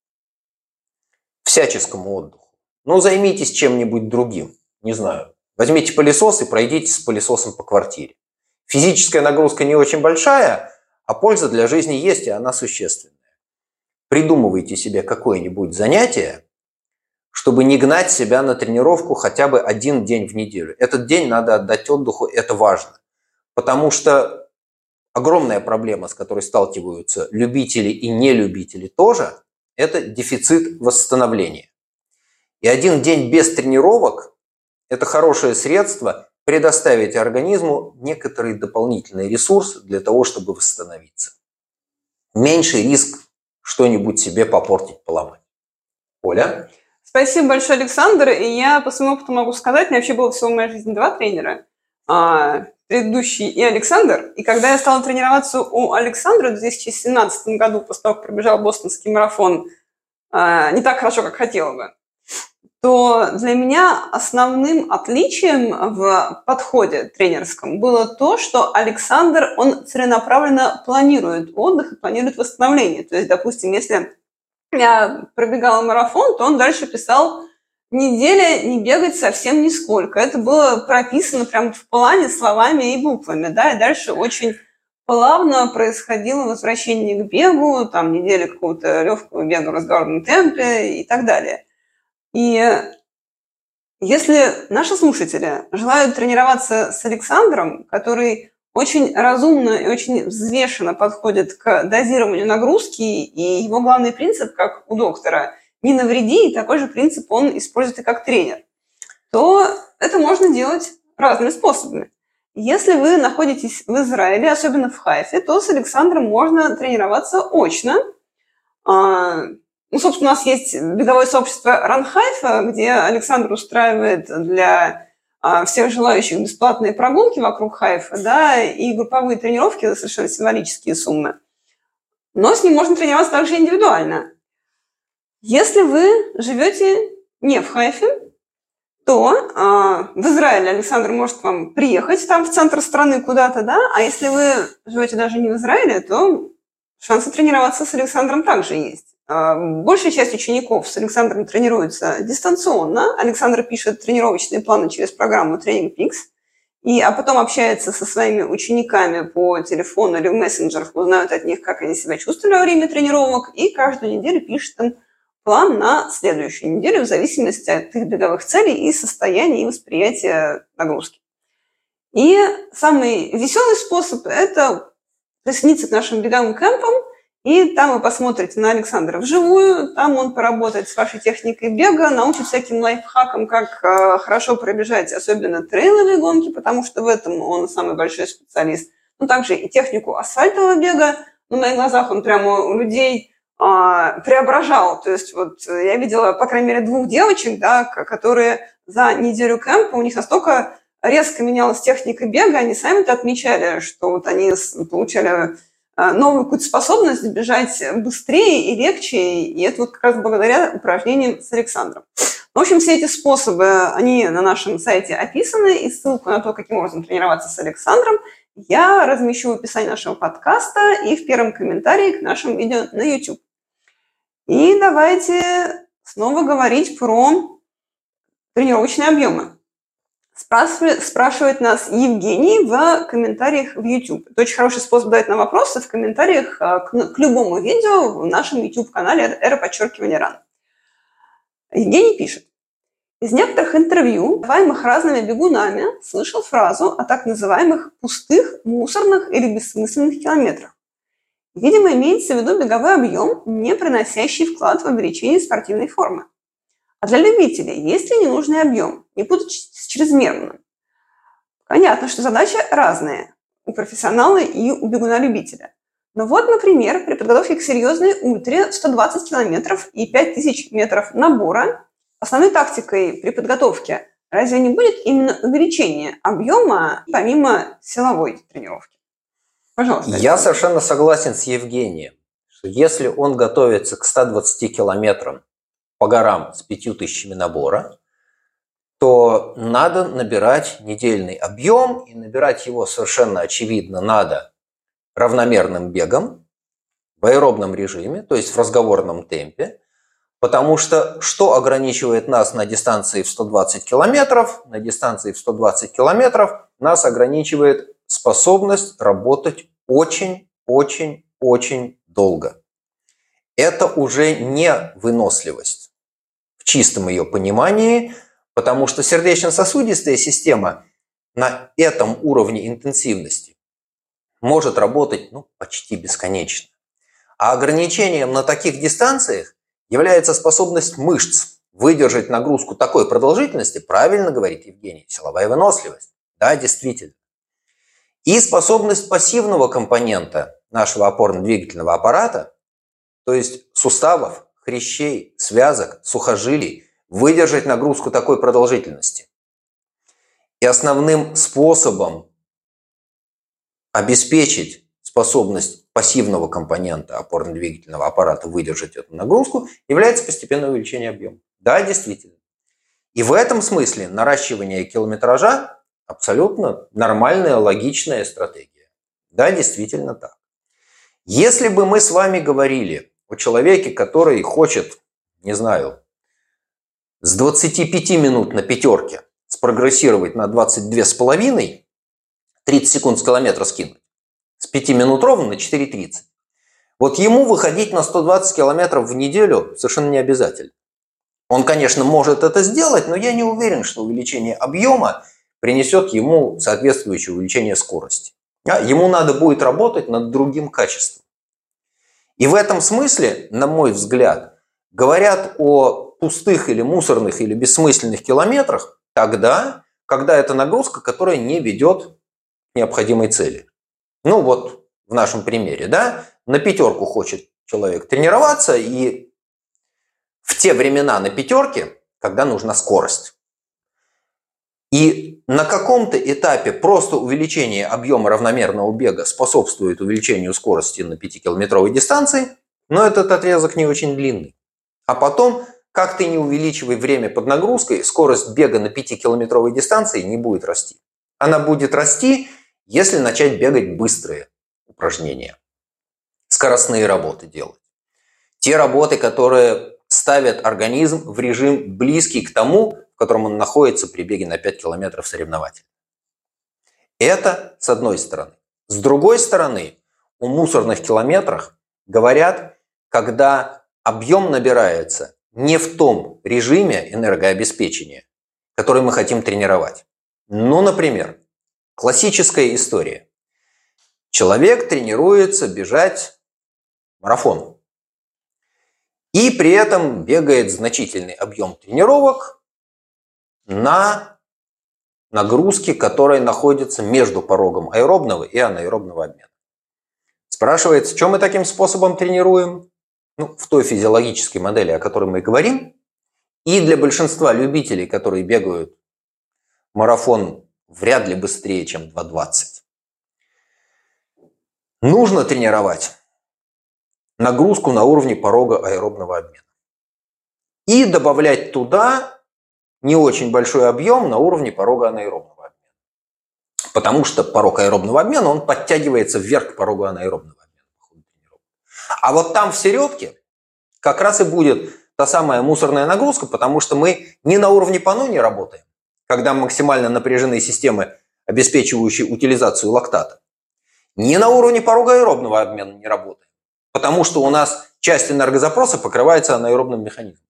Всяческому отдыху. Ну, займитесь чем-нибудь другим. Не знаю. Возьмите пылесос и пройдитесь с пылесосом по квартире. Физическая нагрузка не очень большая, а польза для жизни есть, и она существенная. Придумывайте себе какое-нибудь занятие, чтобы не гнать себя на тренировку хотя бы один день в неделю. Этот день надо отдать отдыху, это важно. Потому что огромная проблема, с которой сталкиваются любители и нелюбители тоже, это дефицит восстановления. И один день без тренировок – это хорошее средство предоставить организму некоторый дополнительный ресурс для того, чтобы восстановиться. Меньший риск что-нибудь себе попортить, поломать. Оля? Спасибо большое, Александр. И я по своему опыту могу сказать, у меня вообще было всего в моей жизни 2 тренера. Предыдущий и Александр. И когда я стала тренироваться у Александра в 2017 году, после того, как пробежал бостонский марафон, не так хорошо, как хотела бы, то для меня основным отличием в подходе тренерском было то, что Александр, он целенаправленно планирует отдых и планирует восстановление. То есть, допустим, если я пробегала марафон, то он дальше писал: неделя не бегать совсем нисколько. Это было прописано прямо в плане словами и буквами, да, и дальше очень плавно происходило возвращение к бегу, там неделя какого-то легкого бега в разговорном темпе и так далее. И если наши слушатели желают тренироваться с Александром, который очень разумно и очень взвешенно подходит к дозированию нагрузки, и его главный принцип, как у доктора, не навреди, и такой же принцип он использует и как тренер, то это можно делать разными способами. Если вы находитесь в Израиле, особенно в Хайфе, то с Александром можно тренироваться очно. Ну, собственно, у нас есть беговое сообщество Run Haifa, где Александр устраивает для всех желающих бесплатные прогулки вокруг Хайфа, да, и групповые тренировки за совершенно символические суммы. Но с ним можно тренироваться также индивидуально. Если вы живете не в Хайфе, то в Израиле Александр может к вам приехать там в центр страны куда-то, да, а если вы живете даже не в Израиле, то шансы тренироваться с Александром также есть. Большая часть учеников с Александром тренируется дистанционно. Александр пишет тренировочные планы через программу Training Peaks, а потом общается со своими учениками по телефону или в мессенджерах, узнает от них, как они себя чувствовали во время тренировок, и каждую неделю пишет им план на следующую неделю в зависимости от их беговых целей и состояния и восприятия нагрузки. И самый веселый способ – это присоединиться к нашим беговым кемпам, и там вы посмотрите на Александра вживую, там он поработает с вашей техникой бега, научит всяким лайфхакам, как хорошо пробежать, особенно трейловые гонки, потому что в этом он самый большой специалист. Но также и технику асфальтового бега. На моих глазах он прямо у людей преображал. То есть вот я видела, по крайней мере, 2 девочек, да, которые за неделю кемпа, у них настолько резко менялась техника бега, они сами это отмечали, что вот они получали новую какую-то способность бежать быстрее и легче, и это вот как раз благодаря упражнениям с Александром. В общем, все эти способы, они на нашем сайте описаны, и ссылку на то, каким образом тренироваться с Александром, я размещу в описании нашего подкаста и в первом комментарии к нашему видео на YouTube. И давайте снова говорить про тренировочные объемы. Спрашивает нас Евгений в комментариях в YouTube. Это очень хороший способ дать нам вопросы в комментариях к любому видео в нашем YouTube-канале @_run. Евгений пишет: из некоторых интервью, даваемых разными бегунами, слышал фразу о так называемых пустых, мусорных или бессмысленных километрах. Видимо, имеется в виду беговой объем, не приносящий вклад в увеличение спортивной формы. А для любителей есть ли ненужный объем, не путать с чрезмерным? Понятно, что задачи разные у профессионала и у бегуна-любителя. Но вот, например, при подготовке к серьезной ультре в 120 километров и 5000 метров набора основной тактикой при подготовке разве не будет именно увеличение объема помимо силовой тренировки? Пожалуйста. Я совершенно согласен с Евгением, что если он готовится к 120 километрам по горам с 5000 набора, то надо набирать недельный объем, и набирать его совершенно очевидно надо равномерным бегом в аэробном режиме, то есть в разговорном темпе, потому что ограничивает нас на дистанции в 120 километров? На дистанции в 120 километров нас ограничивает способность работать очень-очень-очень долго. Это уже не выносливость в чистом ее понимании, потому что сердечно-сосудистая система на этом уровне интенсивности может работать почти бесконечно. А ограничением на таких дистанциях является способность мышц выдержать нагрузку такой продолжительности, правильно говорит Евгений, силовая выносливость. Да, действительно. И способность пассивного компонента нашего опорно-двигательного аппарата, то есть суставов, хрящей, связок, сухожилий, выдержать нагрузку такой продолжительности. И основным способом обеспечить способность пассивного компонента опорно-двигательного аппарата выдержать эту нагрузку является постепенное увеличение объема. Да, действительно. И в этом смысле наращивание километража абсолютно нормальная, логичная стратегия. Да, действительно так. Если бы мы с вами говорили о человеке, который хочет, не знаю, с 25 минут на пятерке спрогрессировать на 22,5, 30 секунд с километра скинуть, с 5 минут ровно на 4,30. Вот ему выходить на 120 километров в неделю совершенно не обязательно. Он, конечно, может это сделать, но я не уверен, что увеличение объема принесет ему соответствующее увеличение скорости. Ему надо будет работать над другим качеством. И в этом смысле, на мой взгляд, говорят о пустых или мусорных или бессмысленных километрах тогда, когда это нагрузка, которая не ведет к необходимой цели. Вот в нашем примере, да, на пятерку хочет человек тренироваться, и в те времена на пятерке, когда нужна скорость. И на каком-то этапе просто увеличение объема равномерного бега способствует увеличению скорости на 5-километровой дистанции, но этот отрезок не очень длинный. А потом, как ты не увеличивай время под нагрузкой, скорость бега на 5-километровой дистанции не будет расти. Она будет расти, если начать бегать быстрые упражнения, скоростные работы делать. Те работы, которые ставят организм в режим близкий к тому, в котором он находится при беге на 5 километров соревновательно. Это с одной стороны. С другой стороны, о мусорных километрах говорят, когда объем набирается не в том режиме энергообеспечения, который мы хотим тренировать. Например, классическая история. Человек тренируется бежать марафон. И при этом бегает значительный объем тренировок на нагрузке, которая находится между порогом аэробного и анаэробного обмена. Спрашивается, что мы таким способом тренируем? В той физиологической модели, о которой мы говорим. И для большинства любителей, которые бегают марафон вряд ли быстрее, чем 2:20, нужно тренировать нагрузку на уровне порога аэробного обмена. И добавлять туда не очень большой объем на уровне порога анаэробного обмена. Потому что порог аэробного обмена, он подтягивается вверх к порогу анаэробного обмена. А вот там в середке как раз и будет та самая мусорная нагрузка, потому что мы не на уровне ПАНО не работаем, когда максимально напряжены системы, обеспечивающие утилизацию лактата. Не на уровне порога аэробного обмена не работаем, потому что у нас часть энергозапроса покрывается анаэробным механизмом.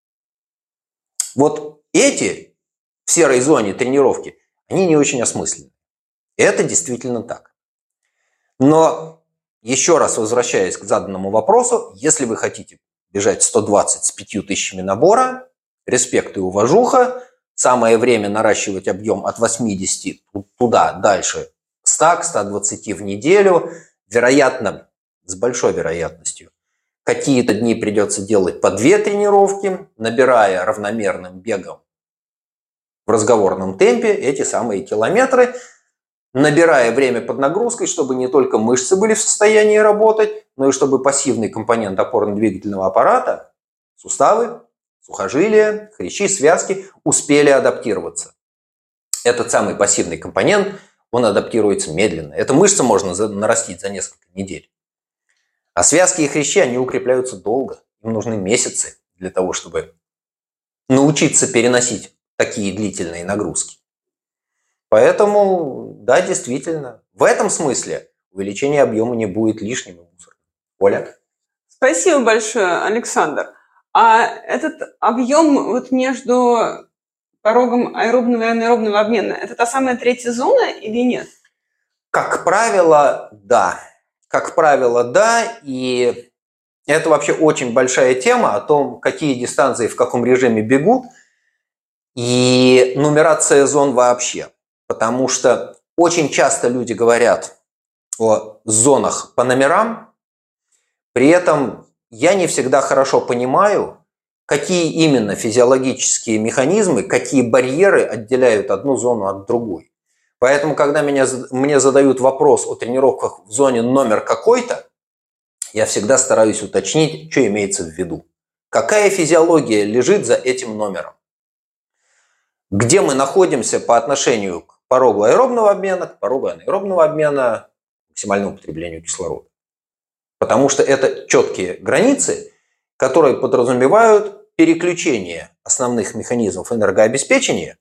Вот эти в серой зоне тренировки, они не очень осмысленны. Это действительно так. Но еще раз возвращаясь к заданному вопросу, если вы хотите бежать 120 с 5000 набора, респект и уважуха, самое время наращивать объем от 80 туда, дальше 100 к 120 в неделю. Вероятно, с большой вероятностью. Какие-то дни придется делать по 2 тренировки, набирая равномерным бегом в разговорном темпе эти самые километры, набирая время под нагрузкой, чтобы не только мышцы были в состоянии работать, но и чтобы пассивный компонент опорно-двигательного аппарата, суставы, сухожилия, хрящи, связки успели адаптироваться. Этот самый пассивный компонент, он адаптируется медленно. Эту мышцу можно нарастить за несколько недель. А связки и хрящи, они укрепляются долго. Им нужны месяцы для того, чтобы научиться переносить такие длительные нагрузки. Поэтому, да, действительно, в этом смысле увеличение объема не будет лишним и мусорным. Оля? Спасибо большое, Александр. А этот объем вот между порогом аэробного и анаэробного обмена, это та самая третья зона или нет? Как правило, да. Как правило, да. И это вообще очень большая тема о том, какие дистанции в каком режиме бегут. И нумерация зон вообще. Потому что очень часто люди говорят о зонах по номерам. При этом я не всегда хорошо понимаю, какие именно физиологические механизмы, какие барьеры отделяют одну зону от другой. Поэтому, когда мне задают вопрос о тренировках в зоне номер какой-то, я всегда стараюсь уточнить, что имеется в виду. Какая физиология лежит за этим номером? Где мы находимся по отношению к порогу аэробного обмена, к порогу анаэробного обмена, к максимальному потреблению кислорода? Потому что это четкие границы, которые подразумевают переключение основных механизмов энергообеспечения.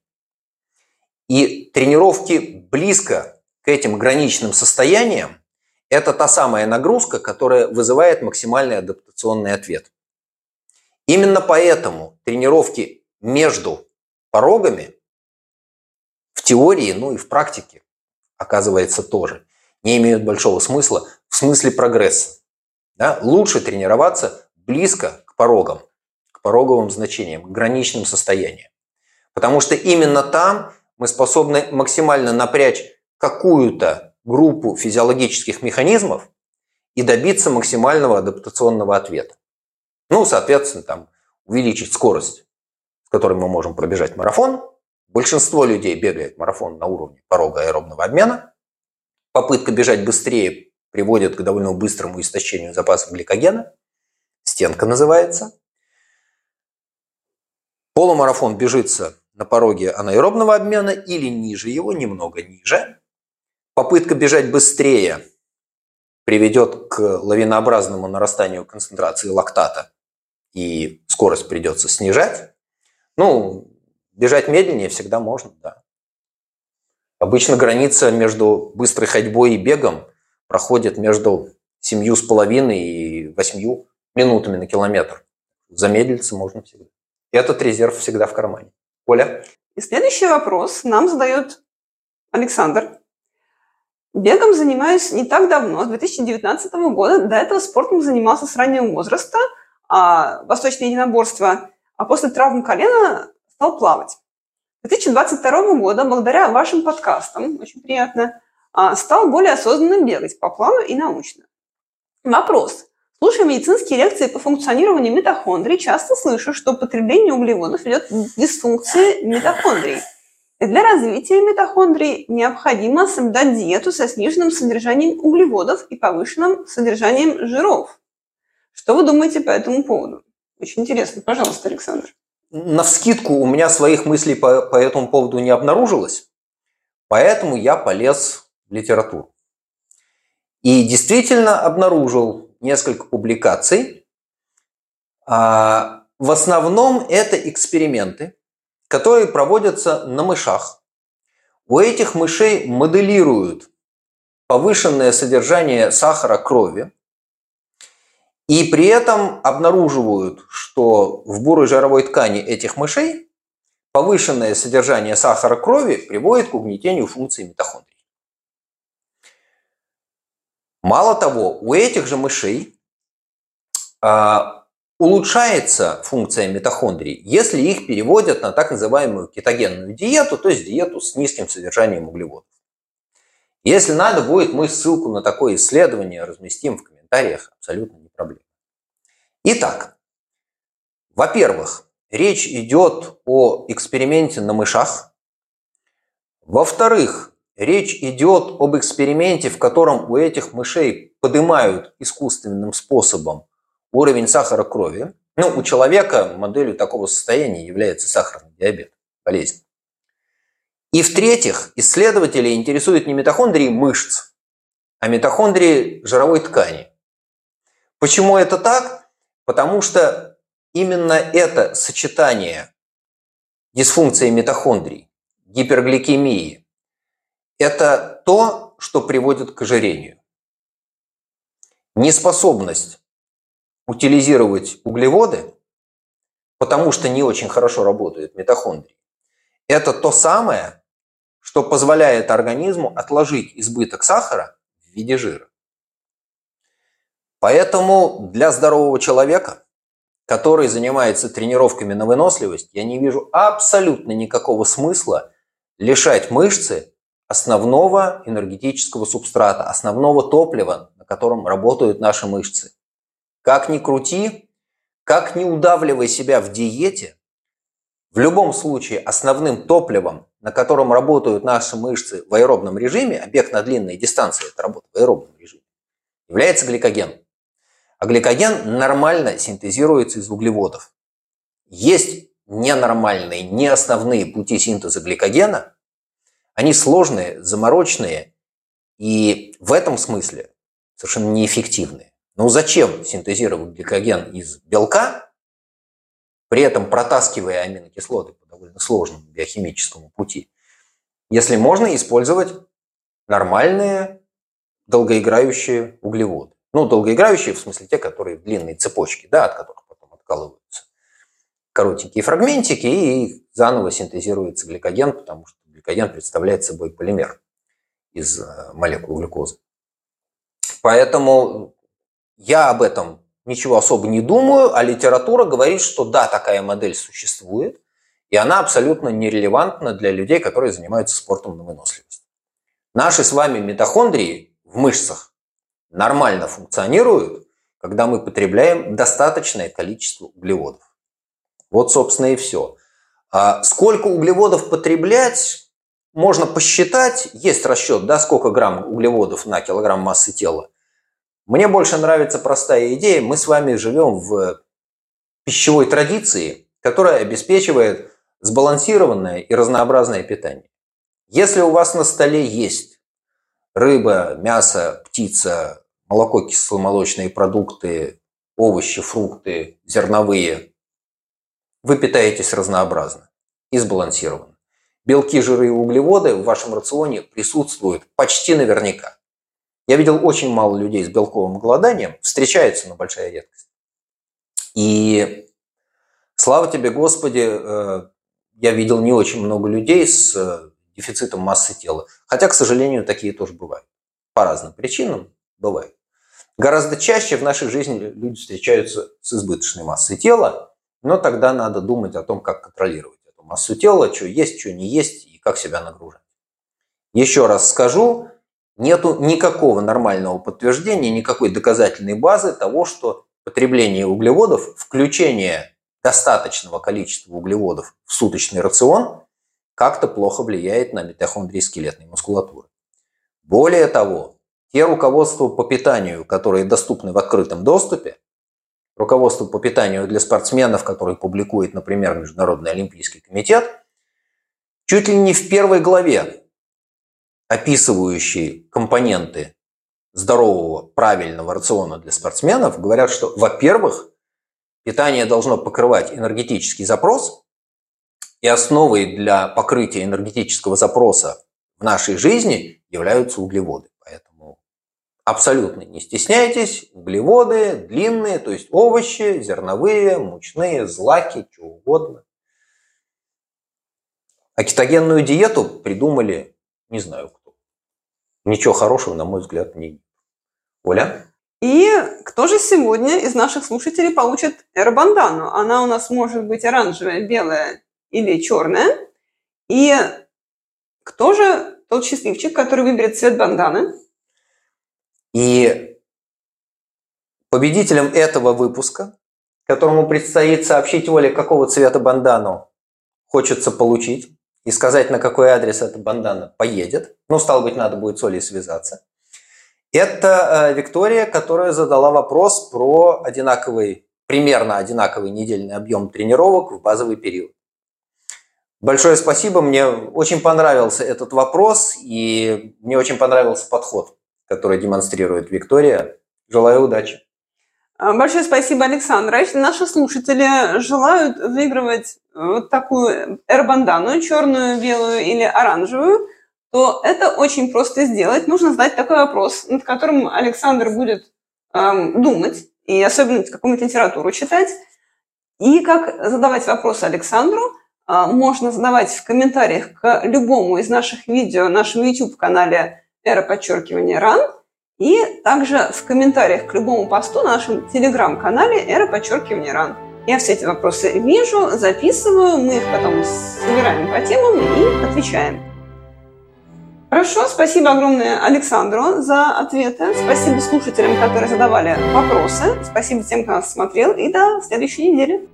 И тренировки близко к этим граничным состояниям – это та самая нагрузка, которая вызывает максимальный адаптационный ответ. Именно поэтому тренировки между порогами в теории, ну и в практике, оказывается, тоже не имеют большого смысла в смысле прогресса. Да? Лучше тренироваться близко к порогам, к пороговым значениям, к граничным состояниям. Потому что именно там мы способны максимально напрячь какую-то группу физиологических механизмов и добиться максимального адаптационного ответа. Ну, соответственно, там, увеличить скорость, с которой мы можем пробежать марафон. Большинство людей бегает марафон на уровне порога аэробного обмена. Попытка бежать быстрее приводит к довольно быстрому истощению запасов гликогена. Стенка называется. Полумарафон бежится на пороге анаэробного обмена или ниже его, немного ниже. Попытка бежать быстрее приведет к лавинообразному нарастанию концентрации лактата, и скорость придется снижать. Ну, бежать медленнее всегда можно, да. Обычно граница между быстрой ходьбой и бегом проходит между 7,5 и 8 минутами на километр. Замедлиться можно всегда. Этот резерв всегда в кармане. Оля? И следующий вопрос нам задает Александр. Бегом занимаюсь не так давно, с 2019 года. До этого спортом занимался с раннего возраста, восточное единоборство, а после травмы колена стал плавать. С 2022 года, благодаря вашим подкастам, очень приятно, стал более осознанно бегать по плану и научно. Вопрос. Слушая медицинские лекции по функционированию митохондрий, часто слышу, что потребление углеводов ведет к дисфункции митохондрий. И для развития митохондрий необходимо соблюдать диету со сниженным содержанием углеводов и повышенным содержанием жиров. Что вы думаете по этому поводу? Очень интересно. Пожалуйста, Александр. Навскидку у меня своих мыслей по этому поводу не обнаружилось, поэтому я полез в литературу. И действительно обнаружил несколько публикаций. В основном это эксперименты, которые проводятся на мышах. У этих мышей моделируют повышенное содержание сахара крови, и при этом обнаруживают, что в бурой жировой ткани этих мышей повышенное содержание сахара крови приводит к угнетению функции митохондрий. Мало того, у этих же мышей улучшается функция митохондрий, если их переводят на так называемую кетогенную диету, то есть диету с низким содержанием углеводов. Если надо будет, мы ссылку на такое исследование разместим в комментариях. комментариях абсолютно не проблема. Итак, во-первых, речь идет о эксперименте на мышах. Во-вторых, речь идет об эксперименте, в котором у этих мышей поднимают искусственным способом уровень сахара крови. У человека моделью такого состояния является сахарный диабет, болезнь. И в-третьих, исследователи интересуют не митохондрии мышц, а митохондрии жировой ткани. Почему это так? Потому что именно это сочетание дисфункции митохондрий, гипергликемии, это то, что приводит к ожирению. Неспособность утилизировать углеводы, потому что не очень хорошо работают митохондрии, это то самое, что позволяет организму отложить избыток сахара в виде жира. Поэтому для здорового человека, который занимается тренировками на выносливость, я не вижу абсолютно никакого смысла лишать мышцы основного энергетического субстрата, основного топлива, на котором работают наши мышцы. Как ни крути, как ни удавливай себя в диете, в любом случае основным топливом, на котором работают наши мышцы в аэробном режиме, а бег на длинные дистанции – это работа в аэробном режиме, является гликоген. А гликоген нормально синтезируется из углеводов. Есть ненормальные, неосновные пути синтеза гликогена. Они сложные, замороченные и в этом смысле совершенно неэффективные. Зачем синтезировать гликоген из белка, при этом протаскивая аминокислоты по довольно сложному биохимическому пути, если можно использовать нормальные долгоиграющие углеводы? Долгоиграющие в смысле те, которые в длинные цепочки, от которых потом откалываются коротенькие фрагментики, и заново синтезируется гликоген, потому что гликоген представляет собой полимер из молекул глюкозы. Поэтому я об этом ничего особо не думаю, а литература говорит, что да, такая модель существует, и она абсолютно нерелевантна для людей, которые занимаются спортом на выносливость. Наши с вами митохондрии в мышцах нормально функционируют, когда мы потребляем достаточное количество углеводов. Вот, собственно, и все. Сколько углеводов потреблять, можно посчитать. Есть расчет, сколько грамм углеводов на килограмм массы тела. Мне больше нравится простая идея. Мы с вами живем в пищевой традиции, которая обеспечивает сбалансированное и разнообразное питание. Если у вас на столе есть рыба, мясо, птица, молоко, кисломолочные продукты, овощи, фрукты, зерновые, вы питаетесь разнообразно и сбалансированно. Белки, жиры и углеводы в вашем рационе присутствуют почти наверняка. Я видел очень мало людей с белковым голоданием, встречается, но большая редкость. И слава тебе, Господи, я видел не очень много людей с дефицитом массы тела. Хотя, к сожалению, такие тоже бывают. По разным причинам бывают. Гораздо чаще в нашей жизни люди встречаются с избыточной массой тела, но тогда надо думать о том, как контролировать эту массу тела, что есть, что не есть и как себя нагружать. Еще раз скажу, нету никакого нормального подтверждения, никакой доказательной базы того, что потребление углеводов, включение достаточного количества углеводов в суточный рацион как-то плохо влияет на митохондрии скелетной мускулатуры. Более того, те руководства по питанию, которые доступны в открытом доступе, руководство по питанию для спортсменов, которые публикует, например, Международный олимпийский комитет, чуть ли не в первой главе, описывающие компоненты здорового, правильного рациона для спортсменов, говорят, что, во-первых, питание должно покрывать энергетический запрос, и основой для покрытия энергетического запроса в нашей жизни являются углеводы. Поэтому абсолютно не стесняйтесь, углеводы длинные, то есть овощи, зерновые, мучные, злаки, что угодно. А кетогенную диету придумали, не знаю кто. Ничего хорошего, на мой взгляд, не. Оля? И кто же сегодня из наших слушателей получит эробандану? Она у нас может быть оранжевая, белая или черная. И кто же тот счастливчик, который выберет цвет банданы? И Победителем этого выпуска, которому предстоит сообщить Оле, какого цвета бандану хочется получить, и сказать, на какой адрес эта бандана поедет. Ну, стало быть, надо будет с Олей связаться. Это Виктория, которая задала вопрос про примерно одинаковый недельный объем тренировок в базовый период. Большое спасибо, мне очень понравился этот вопрос, и мне очень понравился подход, который демонстрирует Виктория. Желаю удачи. Большое спасибо, Александр. Если наши слушатели желают выигрывать вот такую эр-бандану, черную, белую или оранжевую, то это очень просто сделать. Нужно задать такой вопрос, над которым Александр будет думать, и особенно какую-нибудь литературу читать. И как задавать вопросы Александру, можно задавать в комментариях к любому из наших видео на нашем YouTube-канале @RAN, и также в комментариях к любому посту на нашем Telegram-канале @RAN. Я все эти вопросы вижу, записываю, мы их потом собираем по темам и отвечаем. Хорошо, спасибо огромное Александру за ответы. Спасибо слушателям, которые задавали вопросы. Спасибо тем, кто нас смотрел. И до следующей недели.